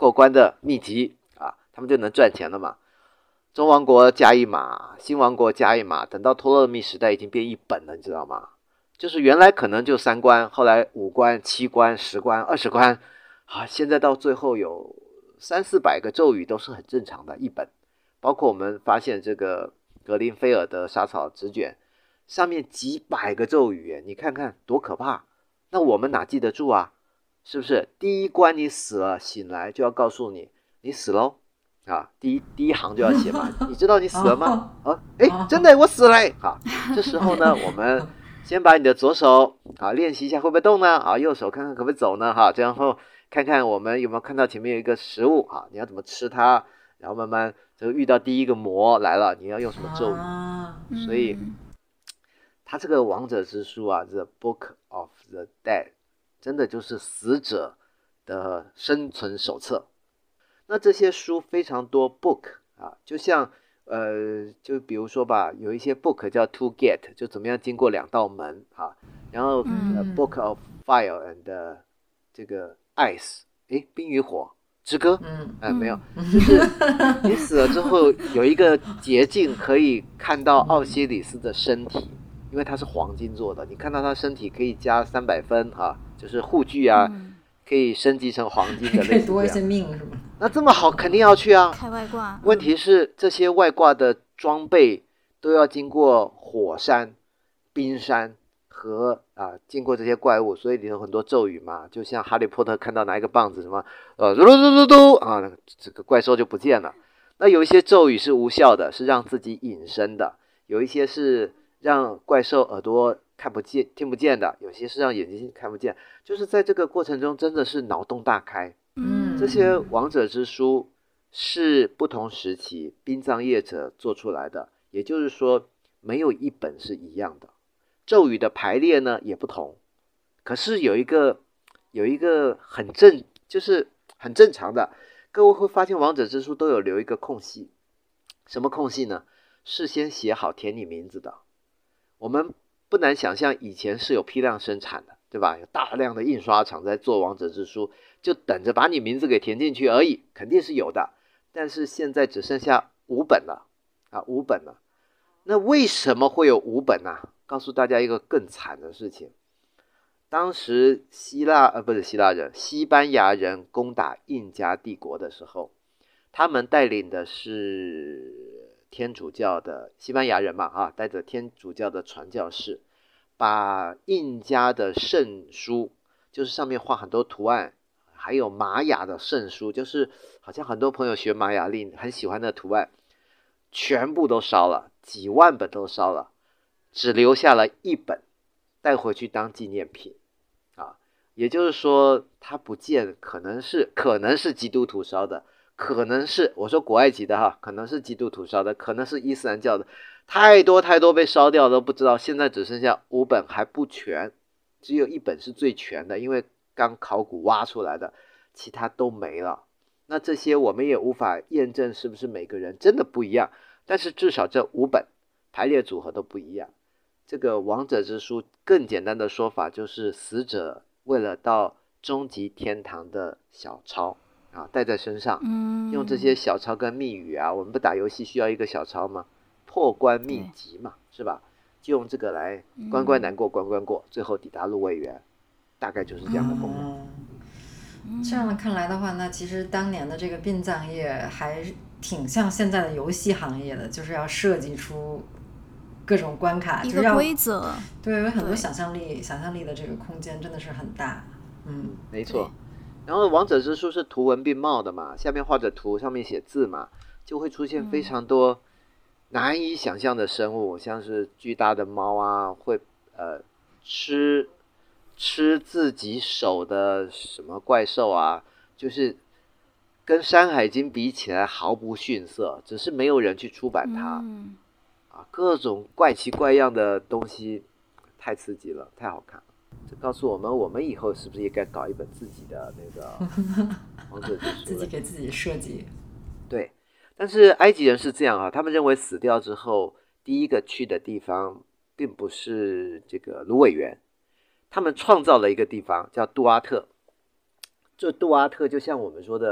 过关的秘籍啊，他们就能赚钱了嘛。中王国加一码，新王国加一码，等到托勒密时代已经变一本了，你知道吗？就是原来可能就三关，后来五关、七关、十关、二十关，啊，现在到最后有三四百个咒语都是很正常的一本。包括我们发现这个格林菲尔德沙草纸卷上面几百个咒语，你看看多可怕。那我们哪记得住啊？是不是第一关你死了，醒来就要告诉你你死喽啊，第一第一行就要写嘛，你知道你死了吗？啊，哎，真的我死了。好，这时候呢，我们先把你的左手啊练习一下会不会动呢？啊，右手看看可不可以走呢？哈，然后看看我们有没有看到前面有一个食物啊，你要怎么吃它？然后慢慢就遇到第一个魔来了，你要用什么咒语？啊、所以他这个王者之书啊，这 Book of the Dead 真的就是死者的生存手册。那这些书非常多 book 啊，就像呃，就比如说吧，有一些 book 叫 To Get， 就怎么样经过两道门啊，然后、嗯呃、Book of Fire and、uh, 这个 Ice， 诶，冰与火之歌，嗯，呃、没有，就是你死了之后有一个捷径可以看到奥西里斯的身体，因为它是黄金做的，你看到他身体可以加三百分啊，就是护具啊。嗯，可以升级成黄金的类似这样， 可以多一些命是吗？ 那这么好，肯定要去啊！ 开外挂。 问题是这些外挂的装备都要经过火山、冰山和啊，经过这些怪物，所以里头很多咒语嘛，就像哈利波特看到拿一个棒子什么呃嘟嘟嘟嘟啊，这个怪兽就不见了。那有一些咒语是无效的，是让自己隐身的；有一些是让怪兽耳朵看不见、听不见的，有些是让眼睛看不见。就是在这个过程中，真的是脑洞大开。嗯，这些王者之书是不同时期殡葬业者做出来的，也就是说，没有一本是一样的。咒语的排列呢也不同，可是有一个有一个很正，就是很正常的。各位会发现，王者之书都有留一个空隙，什么空隙呢？事先写好填你名字的。我们不难想象，以前是有批量生产的，对吧？有大量的印刷厂在做王者之书，就等着把你名字给填进去而已，肯定是有的。但是现在只剩下五本了啊，五本了。那为什么会有五本啊？告诉大家一个更惨的事情。当时希腊呃不是希腊人，西班牙人攻打印加帝国的时候，他们带领的是天主教的西班牙人嘛啊，带着天主教的传教士，把印加的圣书，就是上面画很多图案，还有玛雅的圣书，就是好像很多朋友学玛雅历很喜欢的图案，全部都烧了，几万本都烧了，只留下了一本带回去当纪念品啊。也就是说，它不见，可能是可能是基督徒烧的，可能是我说古埃及的哈，可能是基督徒烧的，可能是伊斯兰教的，太多太多被烧掉都不知道。现在只剩下五本还不全，只有一本是最全的，因为刚考古挖出来的，其他都没了。那这些我们也无法验证是不是每个人真的不一样，但是至少这五本排列组合都不一样。这个王者之书更简单的说法就是死者为了到终极天堂的小抄啊，带在身上，用这些小抄跟密语啊，我们不打游戏需要一个小抄吗？破关秘籍嘛，是吧？就用这个来关关难过关关过，最后抵达入位园，大概就是这样的功能。 嗯，这样看来的话，那其实当年的这个殡葬业还挺像现在的游戏行业的，就是要设计出各种关卡， 一个规则， 对，有很多想象力，想象力的这个空间真的是很大。嗯， 没错。然后王者之书是图文并茂的嘛，下面画着图，上面写字嘛，就会出现非常多难以想象的生物，嗯、像是巨大的猫啊，会呃吃吃自己手的什么怪兽啊，就是跟《山海经》比起来毫不逊色，只是没有人去出版它。嗯啊，各种怪奇怪样的东西，太刺激了，太好看了。这告诉我们，我们以后是不是也该搞一本自己的那个王者之书？ 自己给自己设计。 对，但是埃及人是这样啊，他们认为死掉之后，第一个去的地方并不是这个芦苇园，他们创造了一个地方叫杜阿特。这杜阿特就像我们说的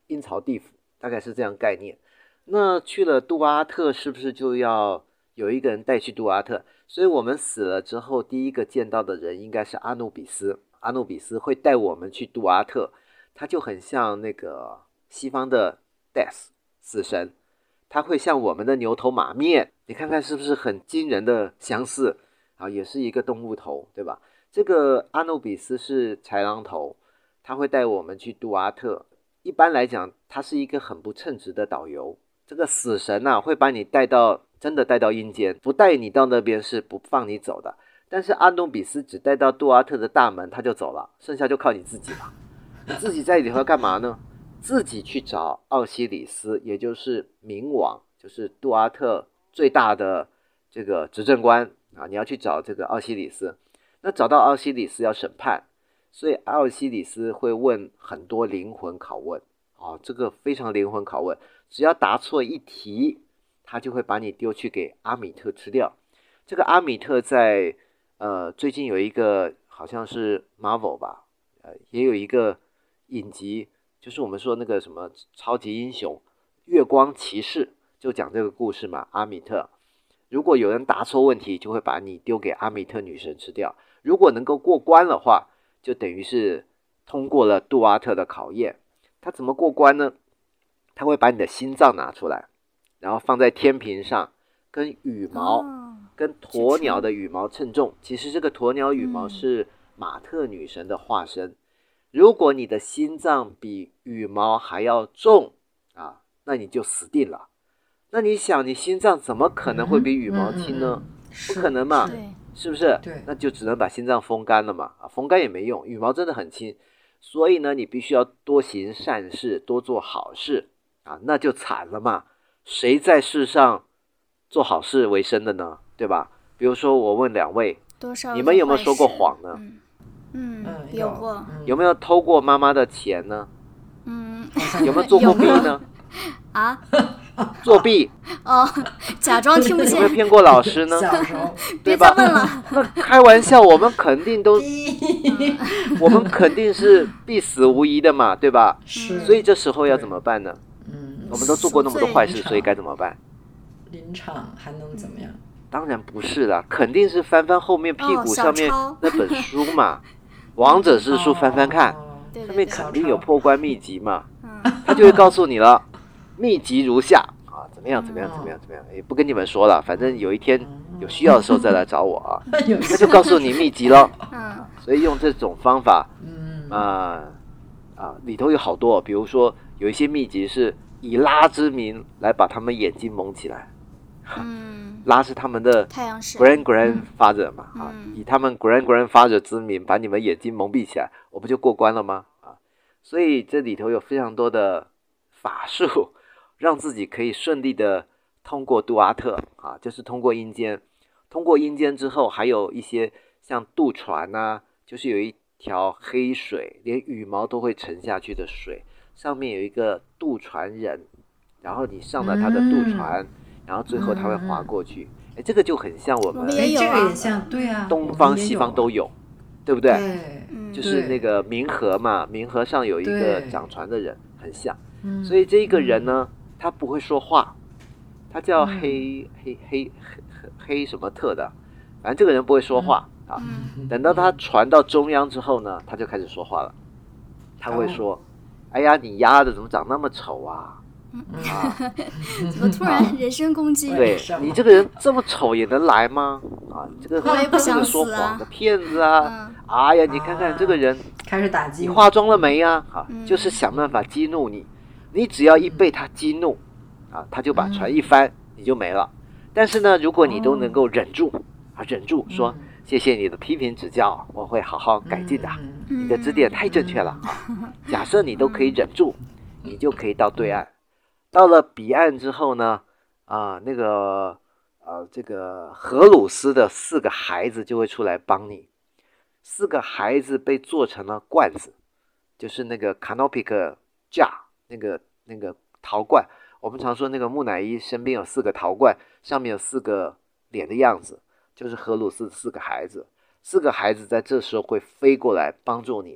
阴曹地府，大概是这样概念。那去了杜阿特，是不是就要有一个人带去杜阿特？所以我们死了之后，第一个见到的人应该是阿努比斯。阿努比斯会带我们去杜阿特，他就很像那个西方的 Death 死神，他会像我们的牛头马面，你看看是不是很惊人的相似啊？也是一个动物头，对吧？这个阿努比斯是豺狼头，他会带我们去杜阿特。一般来讲，他是一个很不称职的导游。这个死神啊，会把你带到真的带到阴间，不带你到那边是不放你走的。但是阿努比斯只带到杜阿特的大门，他就走了，剩下就靠你自己了。你自己在里头要干嘛呢？自己去找奥西里斯，也就是冥王，就是杜阿特最大的这个执政官啊，你要去找这个奥西里斯。那找到奥西里斯要审判，所以奥西里斯会问很多灵魂拷问啊，这个非常灵魂拷问，只要答错一题，他就会把你丢去给阿米特吃掉。这个阿米特在呃最近有一个好像是 Marvel 吧，呃也有一个影集，就是我们说那个什么超级英雄月光骑士，就讲这个故事嘛。阿米特如果有人答错问题，就会把你丢给阿米特女神吃掉。如果能够过关的话，就等于是通过了杜阿特的考验。他怎么过关呢？他会把你的心脏拿出来，然后放在天平上，跟羽毛、哦、跟鸵鸟的羽毛称重。其实这个鸵鸟羽毛是马特女神的化身。嗯、如果你的心脏比羽毛还要重啊，那你就死定了。那你想，你心脏怎么可能会比羽毛轻呢？嗯嗯嗯、不可能嘛，是, 是不是？ 对， 那就只能把心脏风干了嘛。啊，风干也没用，羽毛真的很轻。所以呢，你必须要多行善事，多做好事啊，那就惨了嘛。谁在世上做好事为生的呢？对吧？比如说，我问两位，你们有没有说过谎呢？ 嗯，嗯有过。 有没有偷过妈妈的钱呢？ 嗯， 有没有做过弊呢？ 啊？ 作弊哦，假装听不见。 有没有骗过老师呢？对吧？ 别再问了。 那开玩笑，我们肯定都，我们肯定是必死无疑的嘛，对吧？ 是。 所以这时候要怎么办呢？ 嗯， 我们都做过那么多坏事，所以该怎么办？ 临场还能怎么样？ 当然不是啦，肯定是翻翻后面屁股上面那本书嘛， 哦 《王者之书》翻翻看， 哦、 上面肯定有破关秘籍嘛，他就会告诉你了。秘籍如下啊，怎么样怎么样怎么样怎么样，也不跟你们说了，反正有一天有需要的时候再来找我啊。他就告诉你秘籍了。所以用这种方法，啊、呃、啊，里头有好多，比如说有一些秘籍是以拉之名来把他们眼睛蒙起来。 嗯， 拉是他们的太阳神 grand grandfather 嘛， 嗯、 啊，以他们 grand grandfather 之名把你们眼睛蒙蔽起来，我不就过关了吗？啊，所以这里头有非常多的法术。让自己可以顺利的通过杜阿特啊，就是通过阴间。通过阴间之后，还有一些像渡船啊，就是有一条黑水，连羽毛都会沉下去的水，上面有一个渡船人，然后你上了他的渡船，嗯、然后最后他会划过去。哎，这个就很像我们， 我也有、啊， 这个也像，对啊， 东方西方都有，对不对？ 对， 就是那个冥河嘛，冥河上有一个掌船的人，很像。所以这一个人呢。他不会说话，他叫黑、嗯、黑黑黑黑什么特的，反正这个人不会说话、嗯、啊。等到他传到中央之后呢，他就开始说话了。他会说：“哦、哎呀，你丫的怎么长那么丑啊？ 嗯、啊，怎么突然人身攻击？ 对你这个人这么丑也能来吗？啊，这个我也不想死啊， 这个说谎的骗子啊！嗯、哎呀，你看看这个人， 开始打击你化妆了没呀、啊？啊，嗯、就是想办法激怒你。”你只要一被他激怒，啊，他就把船一翻，你就没了。但是呢，如果你都能够忍住，啊，忍住说谢谢你的批评指教，我会好好改进的。你的指点太正确了啊！假设你都可以忍住，你就可以到对岸。到了彼岸之后呢，啊，那个呃，这个荷鲁斯的四个孩子就会出来帮你。四个孩子被做成了罐子，就是那个 canopic jar。那个那个陶罐，我们常说那个木乃伊身边有四个陶罐，上面有四个脸的样子，就是荷鲁斯四个孩子。四个孩子在这时候会飞过来帮助你。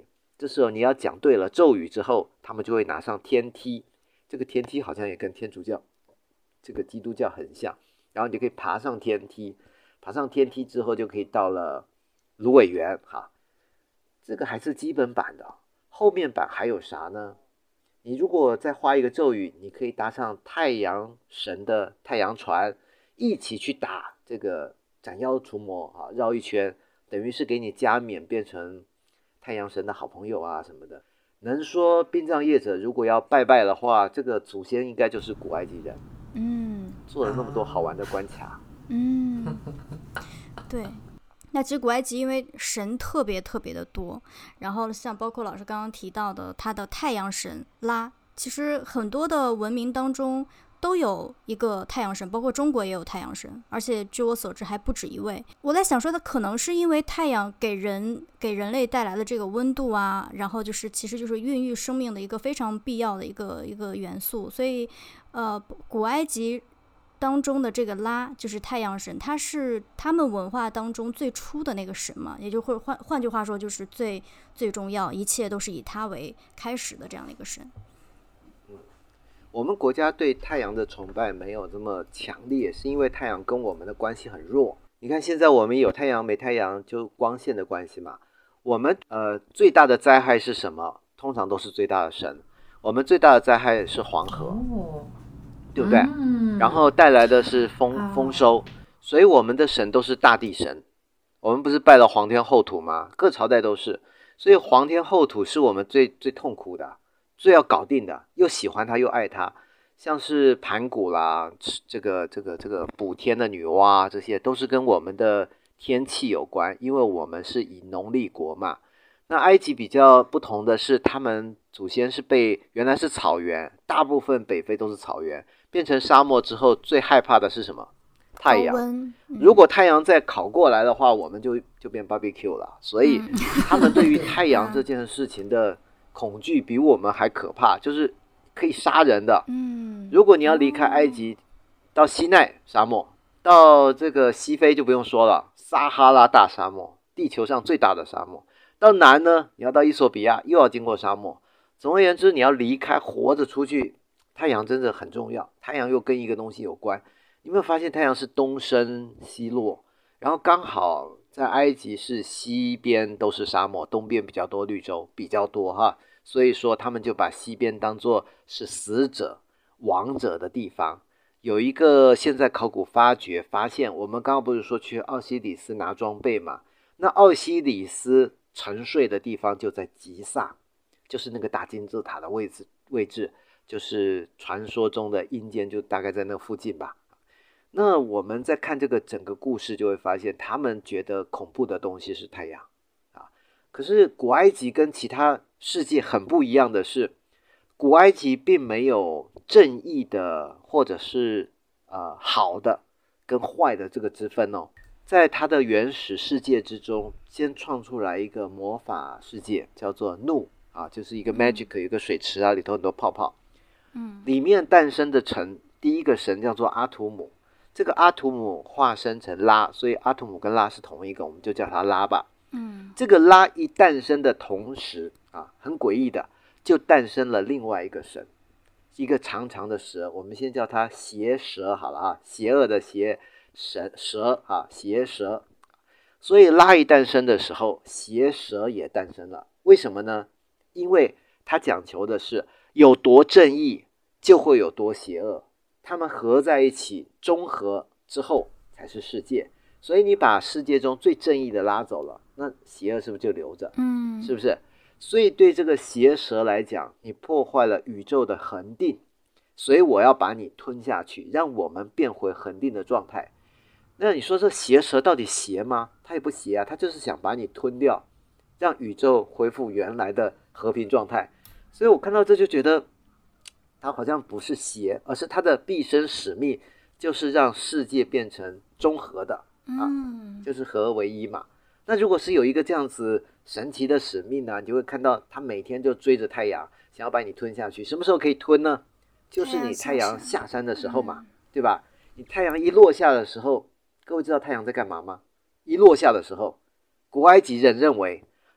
这时候你要讲对了咒语之后，他们就会拿上天梯，这个天梯好像也跟天主教这个基督教很像，然后你就可以爬上天梯，爬上天梯之后就可以到了芦苇园哈。这个还是基本版的，后面版还有啥呢？你如果再画一个咒语，你可以搭上太阳神的太阳船，一起去打这个斩妖除魔啊，绕一圈，等于是给你加冕变成太阳神的好朋友啊什么的。能说殡葬业者如果要拜拜的话，这个祖先应该就是古埃及人， 嗯， 做了那么多好玩的关卡。 嗯，对。那其实古埃及因为神特别特别的多，然后像包括老师刚刚提到的他的太阳神拉，其实很多的文明当中都有一个太阳神，包括中国也有太阳神，而且据我所知还不止一位。我在想说的可能是因为太阳给人给人类带来的这个温度啊，然后就是其实就是孕育生命的一个非常必要的一个一个元素，所以呃古埃及当中的这个拉就是太阳神，它是他们文化当中最初的那个神嘛，也就会换换句话说就是最最重要，一切都是以它为开始的这样的一个神。 我们国家对太阳的崇拜没有这么强烈，是因为太阳跟我们的关系很弱。你看现在我们有太阳没太阳，就光线的关系嘛。我们呃最大的灾害是什么？通常都是最大的神。我们最大的灾害是黄河，哦、对不对？嗯、然后带来的是丰丰收，所以我们的神都是大地神。我们不是拜了皇天后土吗？各朝代都是，所以皇天后土是我们最最痛苦的。最要搞定的，又喜欢他又爱他，像是盘古啦，这个这个这个补天的女娲，这些都是跟我们的天气有关，因为我们是以农立国嘛。那埃及比较不同的是，他们祖先是被原来是草原，大部分北非都是草原，变成沙漠之后，最害怕的是什么？太阳。嗯、如果太阳再烤过来的话，我们就就变 barbecue 了。所以他们对于太阳这件事情的恐惧比我们还可怕，就是可以杀人的。嗯，如果你要离开埃及，到西奈沙漠，到这个西非就不用说了，撒哈拉大沙漠，地球上最大的沙漠。到南呢，你要到伊索比亚，又要经过沙漠。总而言之，你要离开，活着出去，太阳真的很重要。太阳又跟一个东西有关，你有没有发现太阳是东升西落？然后刚好在埃及是西边都是沙漠，东边比较多绿洲，比较多哈，所以说他们就把西边当作是死者亡者的地方。有一个现在考古发掘发现，我们刚刚不是说去奥西里斯拿装备嘛？那奥西里斯沉睡的地方就在吉萨，就是那个大金字塔的位置位置，就是传说中的阴间，就大概在那附近吧。那我们在看这个整个故事，就会发现他们觉得恐怖的东西是太阳啊。可是古埃及跟其他世界很不一样的是，古埃及并没有正义的或者是呃好的跟坏的这个之分哦。在它的原始世界之中，先创出来一个魔法世界，叫做怒啊，就是一个 magic， 有一个水池啊，里头很多泡泡，嗯，里面诞生的神，第一个神叫做阿图姆。这个阿图姆化身成拉，所以阿图姆跟拉是同一个，我们就叫它拉吧。嗯，这个拉一诞生的同时啊，很诡异的，就诞生了另外一个神，一个长长的蛇，我们先叫它邪蛇好了啊，邪恶的邪，神蛇啊，邪蛇。所以拉一诞生的时候，邪蛇也诞生了。为什么呢？因为它讲求的是有多正义，就会有多邪恶。他们合在一起，中和之后才是世界。所以你把世界中最正义的拉走了，那邪恶是不是就留着？嗯，是不是？所以对这个邪蛇来讲，你破坏了宇宙的恒定，所以我要把你吞下去，让我们变回恒定的状态。那你说这邪蛇到底邪吗？它也不邪啊，它就是想把你吞掉，让宇宙恢复原来的和平状态。所以我看到这就觉得它好像不是邪，而是它的毕生使命就是让世界变成中和的啊，就是合而为一嘛。那如果是有一个这样子神奇的使命呢、啊，你就会看到它每天就追着太阳，想要把你吞下去。什么时候可以吞呢？就是你太阳下山的时候嘛，对吧？你太阳一落下的时候，各位知道太阳在干嘛吗？一落下的时候，古埃及人认为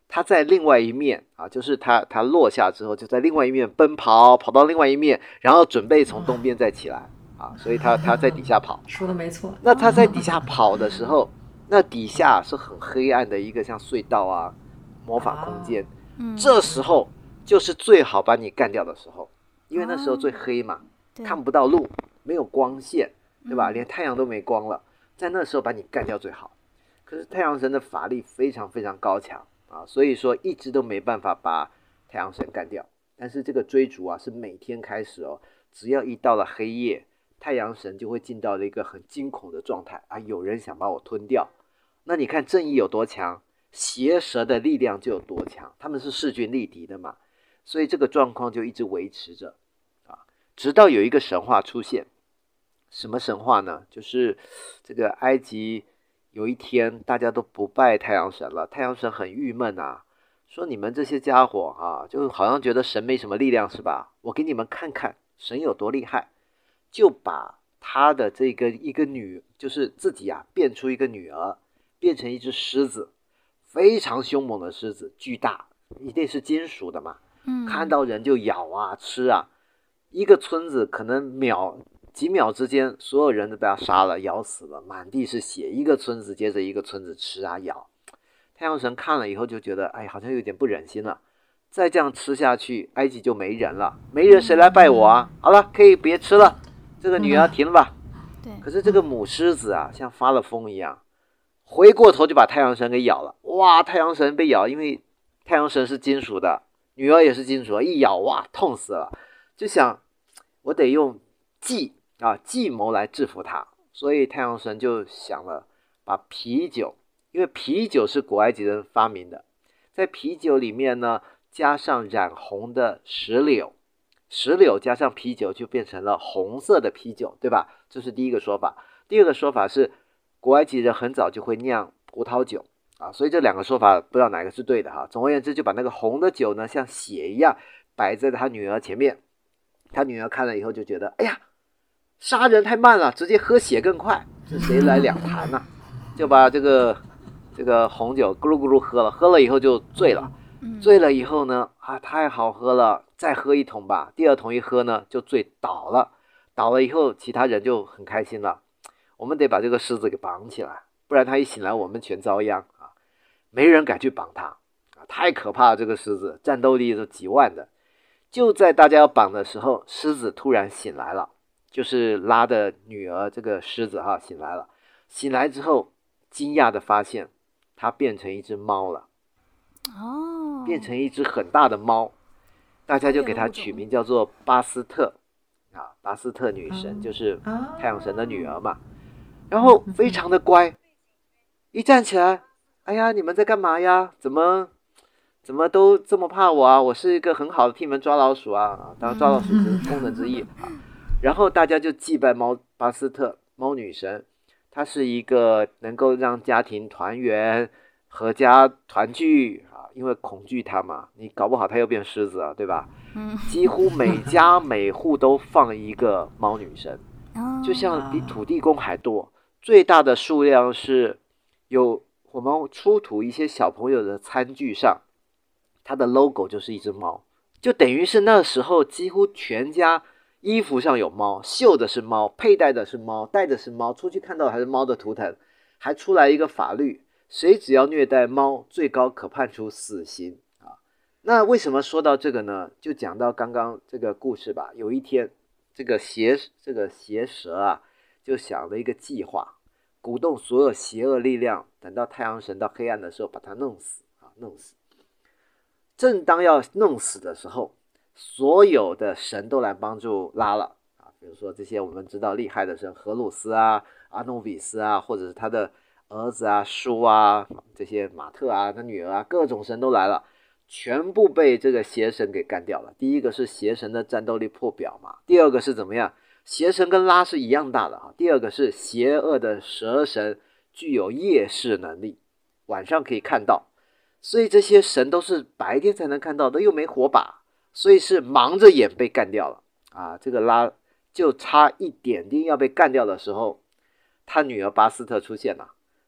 他在另外一面啊，就是他他落下之后，就在另外一面奔跑，跑到另外一面，然后准备从东边再起来啊，所以他他在底下跑。 说的没错。 那他在底下跑的时候，那底下是很黑暗的一个像隧道啊、魔法空间， 嗯， 这时候就是最好把你干掉的时候，因为那时候最黑嘛，看不到路，没有光线，对吧？连太阳都没光了，在那时候把你干掉最好。可是太阳神的法力非常非常高强啊，所以说一直都没办法把太阳神干掉。但是这个追逐啊，是每天开始哦，只要一到了黑夜，太阳神就会进到了一个很惊恐的状态啊，有人想把我吞掉。那你看正义有多强，邪蛇的力量就有多强，他们是势均力敌的嘛，所以这个状况就一直维持着啊，直到有一个神话出现。什么神话呢？就是这个埃及有一天大家都不拜太阳神了，太阳神很郁闷啊，说你们这些家伙啊，就好像觉得神没什么力量是吧？我给你们看看神有多厉害，就把他的这个一个女，就是自己啊变出一个女儿，变成一只狮子，非常凶猛的狮子，巨大，一定是金属的嘛， 嗯， 看到人就咬啊吃啊，一个村子可能秒几秒之间，所有人都被他杀了，咬死了，满地是血，一个村子接着一个村子吃啊咬。太阳神看了以后就觉得，哎，好像有点不忍心了，再这样吃下去，埃及就没人了，没人谁来拜我啊？好了，可以别吃了，这个女儿停了吧。 对。 可是这个母狮子啊，像发了疯一样，回过头就把太阳神给咬了。哇，太阳神被咬，因为太阳神是金属的，女儿也是金属的，一咬哇，痛死了，就想我得用计啊计谋来制服他，所以太阳神就想了，把啤酒，因为啤酒是古埃及人发明的，在啤酒里面呢加上染红的石榴，石榴加上啤酒就变成了红色的啤酒，对吧？这是第一个说法。第二个说法是古埃及人很早就会酿葡萄酒啊，所以这两个说法不知道哪个是对的哈。总而言之，就把那个红的酒呢像血一样摆在他女儿前面，他女儿看了以后就觉得，哎呀，杀人太慢了，直接喝血更快，这谁来两坛呢、啊？就把这个这个红酒咕噜咕噜喝了，喝了以后就醉了，醉了以后呢，啊，太好喝了，再喝一桶吧。第二桶一喝呢，就醉倒了，倒了以后，其他人就很开心了。我们得把这个狮子给绑起来，不然他一醒来，我们全遭殃啊！没人敢去绑他啊，太可怕了！这个狮子战斗力是几万的。就在大家要绑的时候，狮子突然醒来了，就是拉的女儿这个狮子哈醒来了。醒来之后，惊讶的发现，它变成一只猫了。 哦， 变成一只很大的猫，大家就给它取名叫做巴斯特啊，巴斯特女神就是太阳神的女儿嘛。然后非常的乖，一站起来，哎呀，你们在干嘛呀？怎么怎么都这么怕我啊？我是一个很好的替你们抓老鼠啊，当然抓老鼠是功能之一啊。然后大家就祭拜猫巴斯特猫女神，她是一个能够让家庭团圆、阖家团聚啊，因为恐惧她嘛，你搞不好她又变狮子了，对吧？几乎每家每户都放一个猫女神，就像比土地公还多。最大的数量是有我们出土一些小朋友的餐具上，它的 logo 就是一只猫，就等于是那时候几乎全家衣服上有猫，绣的是猫，佩戴的是猫，戴的是猫，出去看到还是猫的图腾。还出来一个法律，谁只要虐待猫，最高可判处死刑啊。那为什么说到这个呢？就讲到刚刚这个故事吧。有一天，这个邪这个邪蛇啊，就想了一个计划，鼓动所有邪恶力量，等到太阳神到黑暗的时候，把它弄死啊，弄死。正当要弄死的时候，所有的神都来帮助拉了啊，比如说这些我们知道厉害的神，荷鲁斯啊、阿诺比斯啊，或者是他的儿子啊、叔啊，这些马特啊、他女儿啊，各种神都来了，全部被这个邪神给干掉了。第一个是邪神的战斗力破表嘛，第二个是怎么样？邪神跟拉是一样大的啊。第二个是邪恶的蛇神具有夜视能力，晚上可以看到，所以这些神都是白天才能看到的，又没火把，所以是盲着眼被干掉了啊。这个拉就差一点点要被干掉的时候，他女儿巴斯特出现了，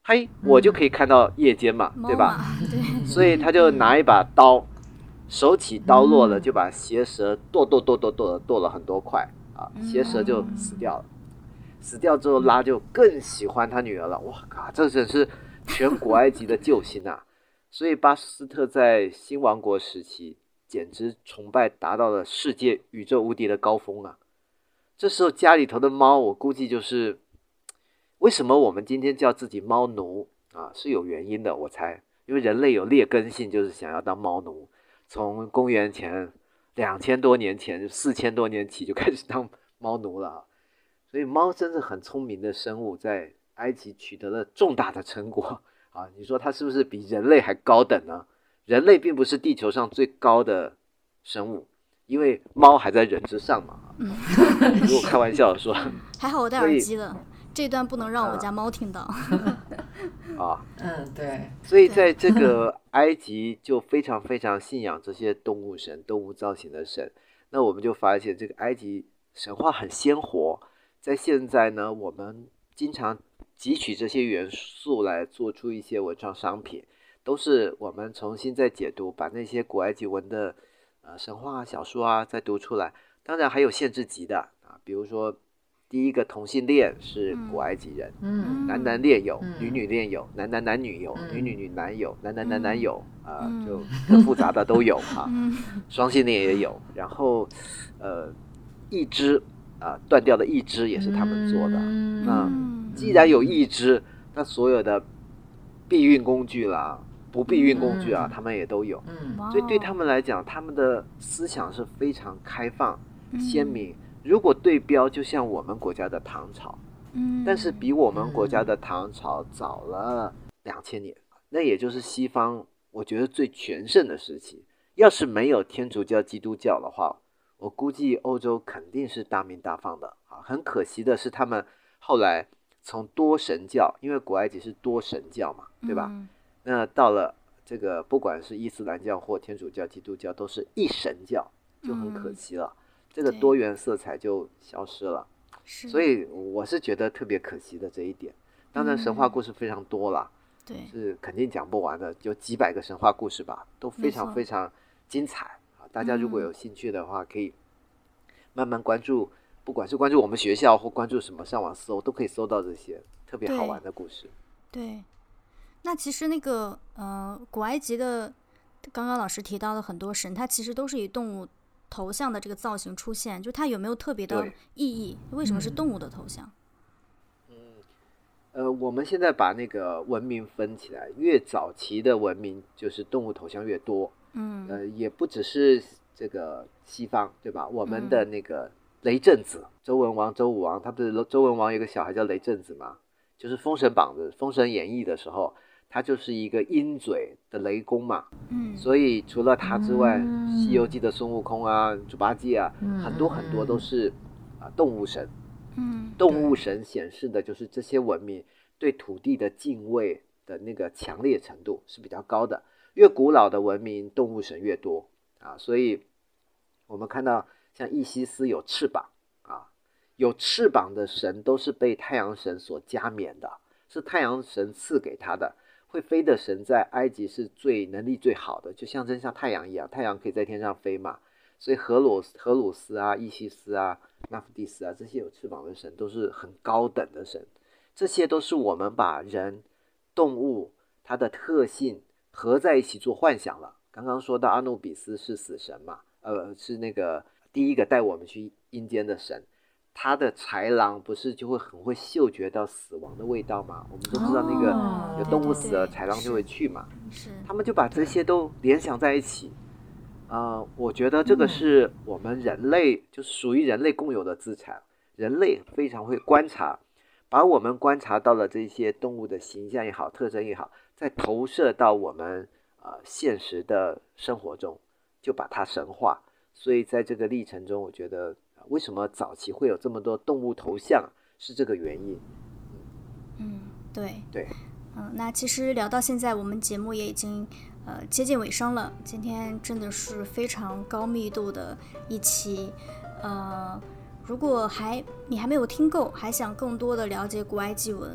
嘿，我就可以看到夜间嘛， 猫对吧？ 对， 所以他就拿一把刀，手起刀落了，就把鞋舌剁剁剁剁剁剁了很多块啊，鞋舌就死掉了。死掉之后，拉就更喜欢他女儿了。哇靠，这真是全古埃及的救星啊！所以巴斯特在新王国时期，简直崇拜达到了世界宇宙无敌的高峰啊！这时候家里头的猫，我估计就是为什么我们今天叫自己猫奴啊，是有原因的，我猜，因为人类有劣根性，就是想要当猫奴。从公元前两千多年前、四千多年起就开始当猫奴了啊。所以猫真是很聪明的生物，在埃及取得了重大的成果啊！你说它是不是比人类还高等呢？人类并不是地球上最高的生物，因为猫还在人之上嘛。嗯，如果开玩笑的说， 还好我戴耳机了，这段不能让我家猫听到。 啊， 嗯，对。 所以在这个埃及就非常非常信仰这些动物神、动物造型的神。那我们就发现这个埃及神话很鲜活。在现在呢，我们经常汲取这些元素来做出一些文创商品，都是我们重新再解读，把那些古埃及文的呃神话小说啊再读出来。当然还有限制级的啊，比如说第一个同性恋是古埃及人， 嗯， 男男恋有， 嗯、 女女恋有，男男男女有，嗯、女女女男有，男男男男有，啊、 嗯呃，就更复杂的都有哈、嗯，双性恋也有，然后呃，一只。啊，断掉的义肢也是他们做的。嗯、那既然有义肢，那所有的避孕工具啦、不避孕工具啊，嗯、他们也都有。嗯，所以对他们来讲，他们的思想是非常开放、鲜明。如果对标，就像我们国家的唐朝，嗯，但是比我们国家的唐朝早了两千年，那也就是西方我觉得最全盛的时期。要是没有天主教、基督教的话，我估计欧洲肯定是大鸣大放的啊！很可惜的是，他们后来从多神教，因为古埃及是多神教嘛，对吧？嗯、那到了这个，不管是伊斯兰教或天主教、基督教，都是一神教，就很可惜了，嗯、这个多元色彩就消失了。所以我是觉得特别可惜的这一点。当然，神话故事非常多啦， 对、嗯， 是肯定讲不完的，有几百个神话故事吧，都非常非常精彩。大家如果有兴趣的话，可以慢慢关注，不管是关注我们学校或关注什么，上网搜都可以搜到这些特别好玩的故事。 对，对，那其实那个呃，古埃及的，刚刚老师提到的很多神，它其实都是以动物头像的这个造型出现，就它有没有特别的意义？为什么是动物的头像？ 嗯，呃，我们现在把那个文明分起来，越早期的文明就是动物头像越多。嗯，呃，也不只是这个西方，对吧？我们的那个雷震子，嗯、周文王、周武王，他不是周文王有个小孩叫雷震子吗？就是《封神榜》的《封神演义》的时候，他就是一个鹰嘴的雷公嘛。嗯，所以除了他之外，嗯《西游记》的孙悟空啊、猪八戒啊，嗯、很多很多都是啊、呃、动物神。嗯，动物神显示的就是这些文明对土地的敬畏的那个强烈程度是比较高的。越古老的文明，动物神越多啊，所以我们看到像伊西斯有翅膀啊，有翅膀的神都是被太阳神所加冕的，是太阳神赐给他的。会飞的神在埃及是最能力最好的，就象征像太阳一样，太阳可以在天上飞嘛，所以荷鲁荷鲁斯啊、伊西斯啊、纳芙蒂斯啊，这些有翅膀的神都是很高等的神。这些都是我们把人、动物它的特性合在一起做幻想了。刚刚说到阿努比斯是死神嘛，呃，是那个第一个带我们去阴间的神，他的豺狼不是就会很会嗅觉到死亡的味道吗？我们都知道那个有动物死了，豺狼就会去嘛。他们就把这些都联想在一起。呃，我觉得这个是我们人类，就是属于人类共有的资产。人类非常会观察，把我们观察到了这些动物的形象也好、特征也好，再投射到我们呃现实的生活中，就把它神化。所以在这个历程中，我觉得为什么早期会有这么多动物头像，是这个原因。 嗯，对对， 嗯，那其实聊到现在，我们节目也已经呃接近尾声了。今天真的是非常高密度的一期，呃，如果还你还没有听够，还想更多的了解古埃及文，还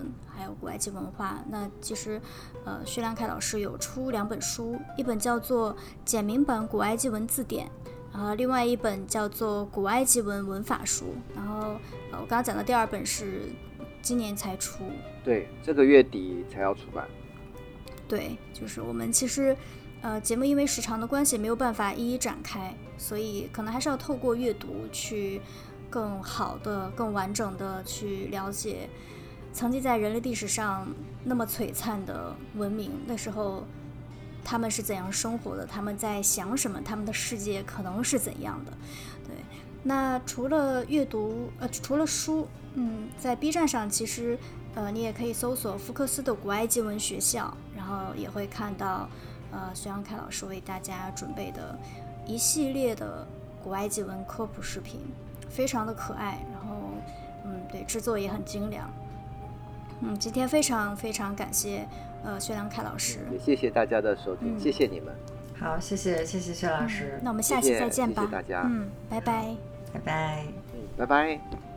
还有古埃及文化。那其实，呃，薛良凯老师有出两本书，一本叫做《简明版古埃及文字典》，然后另外一本叫做《古埃及文文法书》。然后，呃，我刚刚讲的第二本是今年才出， 对，这个月底才要出版。 对，就是我们其实。呃，节目因为时长的关系没有办法一一展开，所以可能还是要透过阅读去更好的、更完整的去了解曾经在人类历史上那么璀璨的文明，那时候他们是怎样生活的，他们在想什么，他们的世界可能是怎样的。对，那除了阅读，呃，除了书，嗯，在 B 站上其实，呃，你也可以搜索福克斯的古埃及文学校，然后也会看到。呃，薛良凯老师为大家准备的一系列的古埃及文科普视频，非常的可爱，然后，嗯，对，制作也很精良。嗯，今天非常非常感谢呃薛良凯老师， 也谢谢大家的收听，嗯、谢谢你们。 好，谢谢谢谢薛老师、 嗯。那我们下期再见吧。 谢谢大家。 嗯，拜拜。 拜拜。 嗯，拜拜。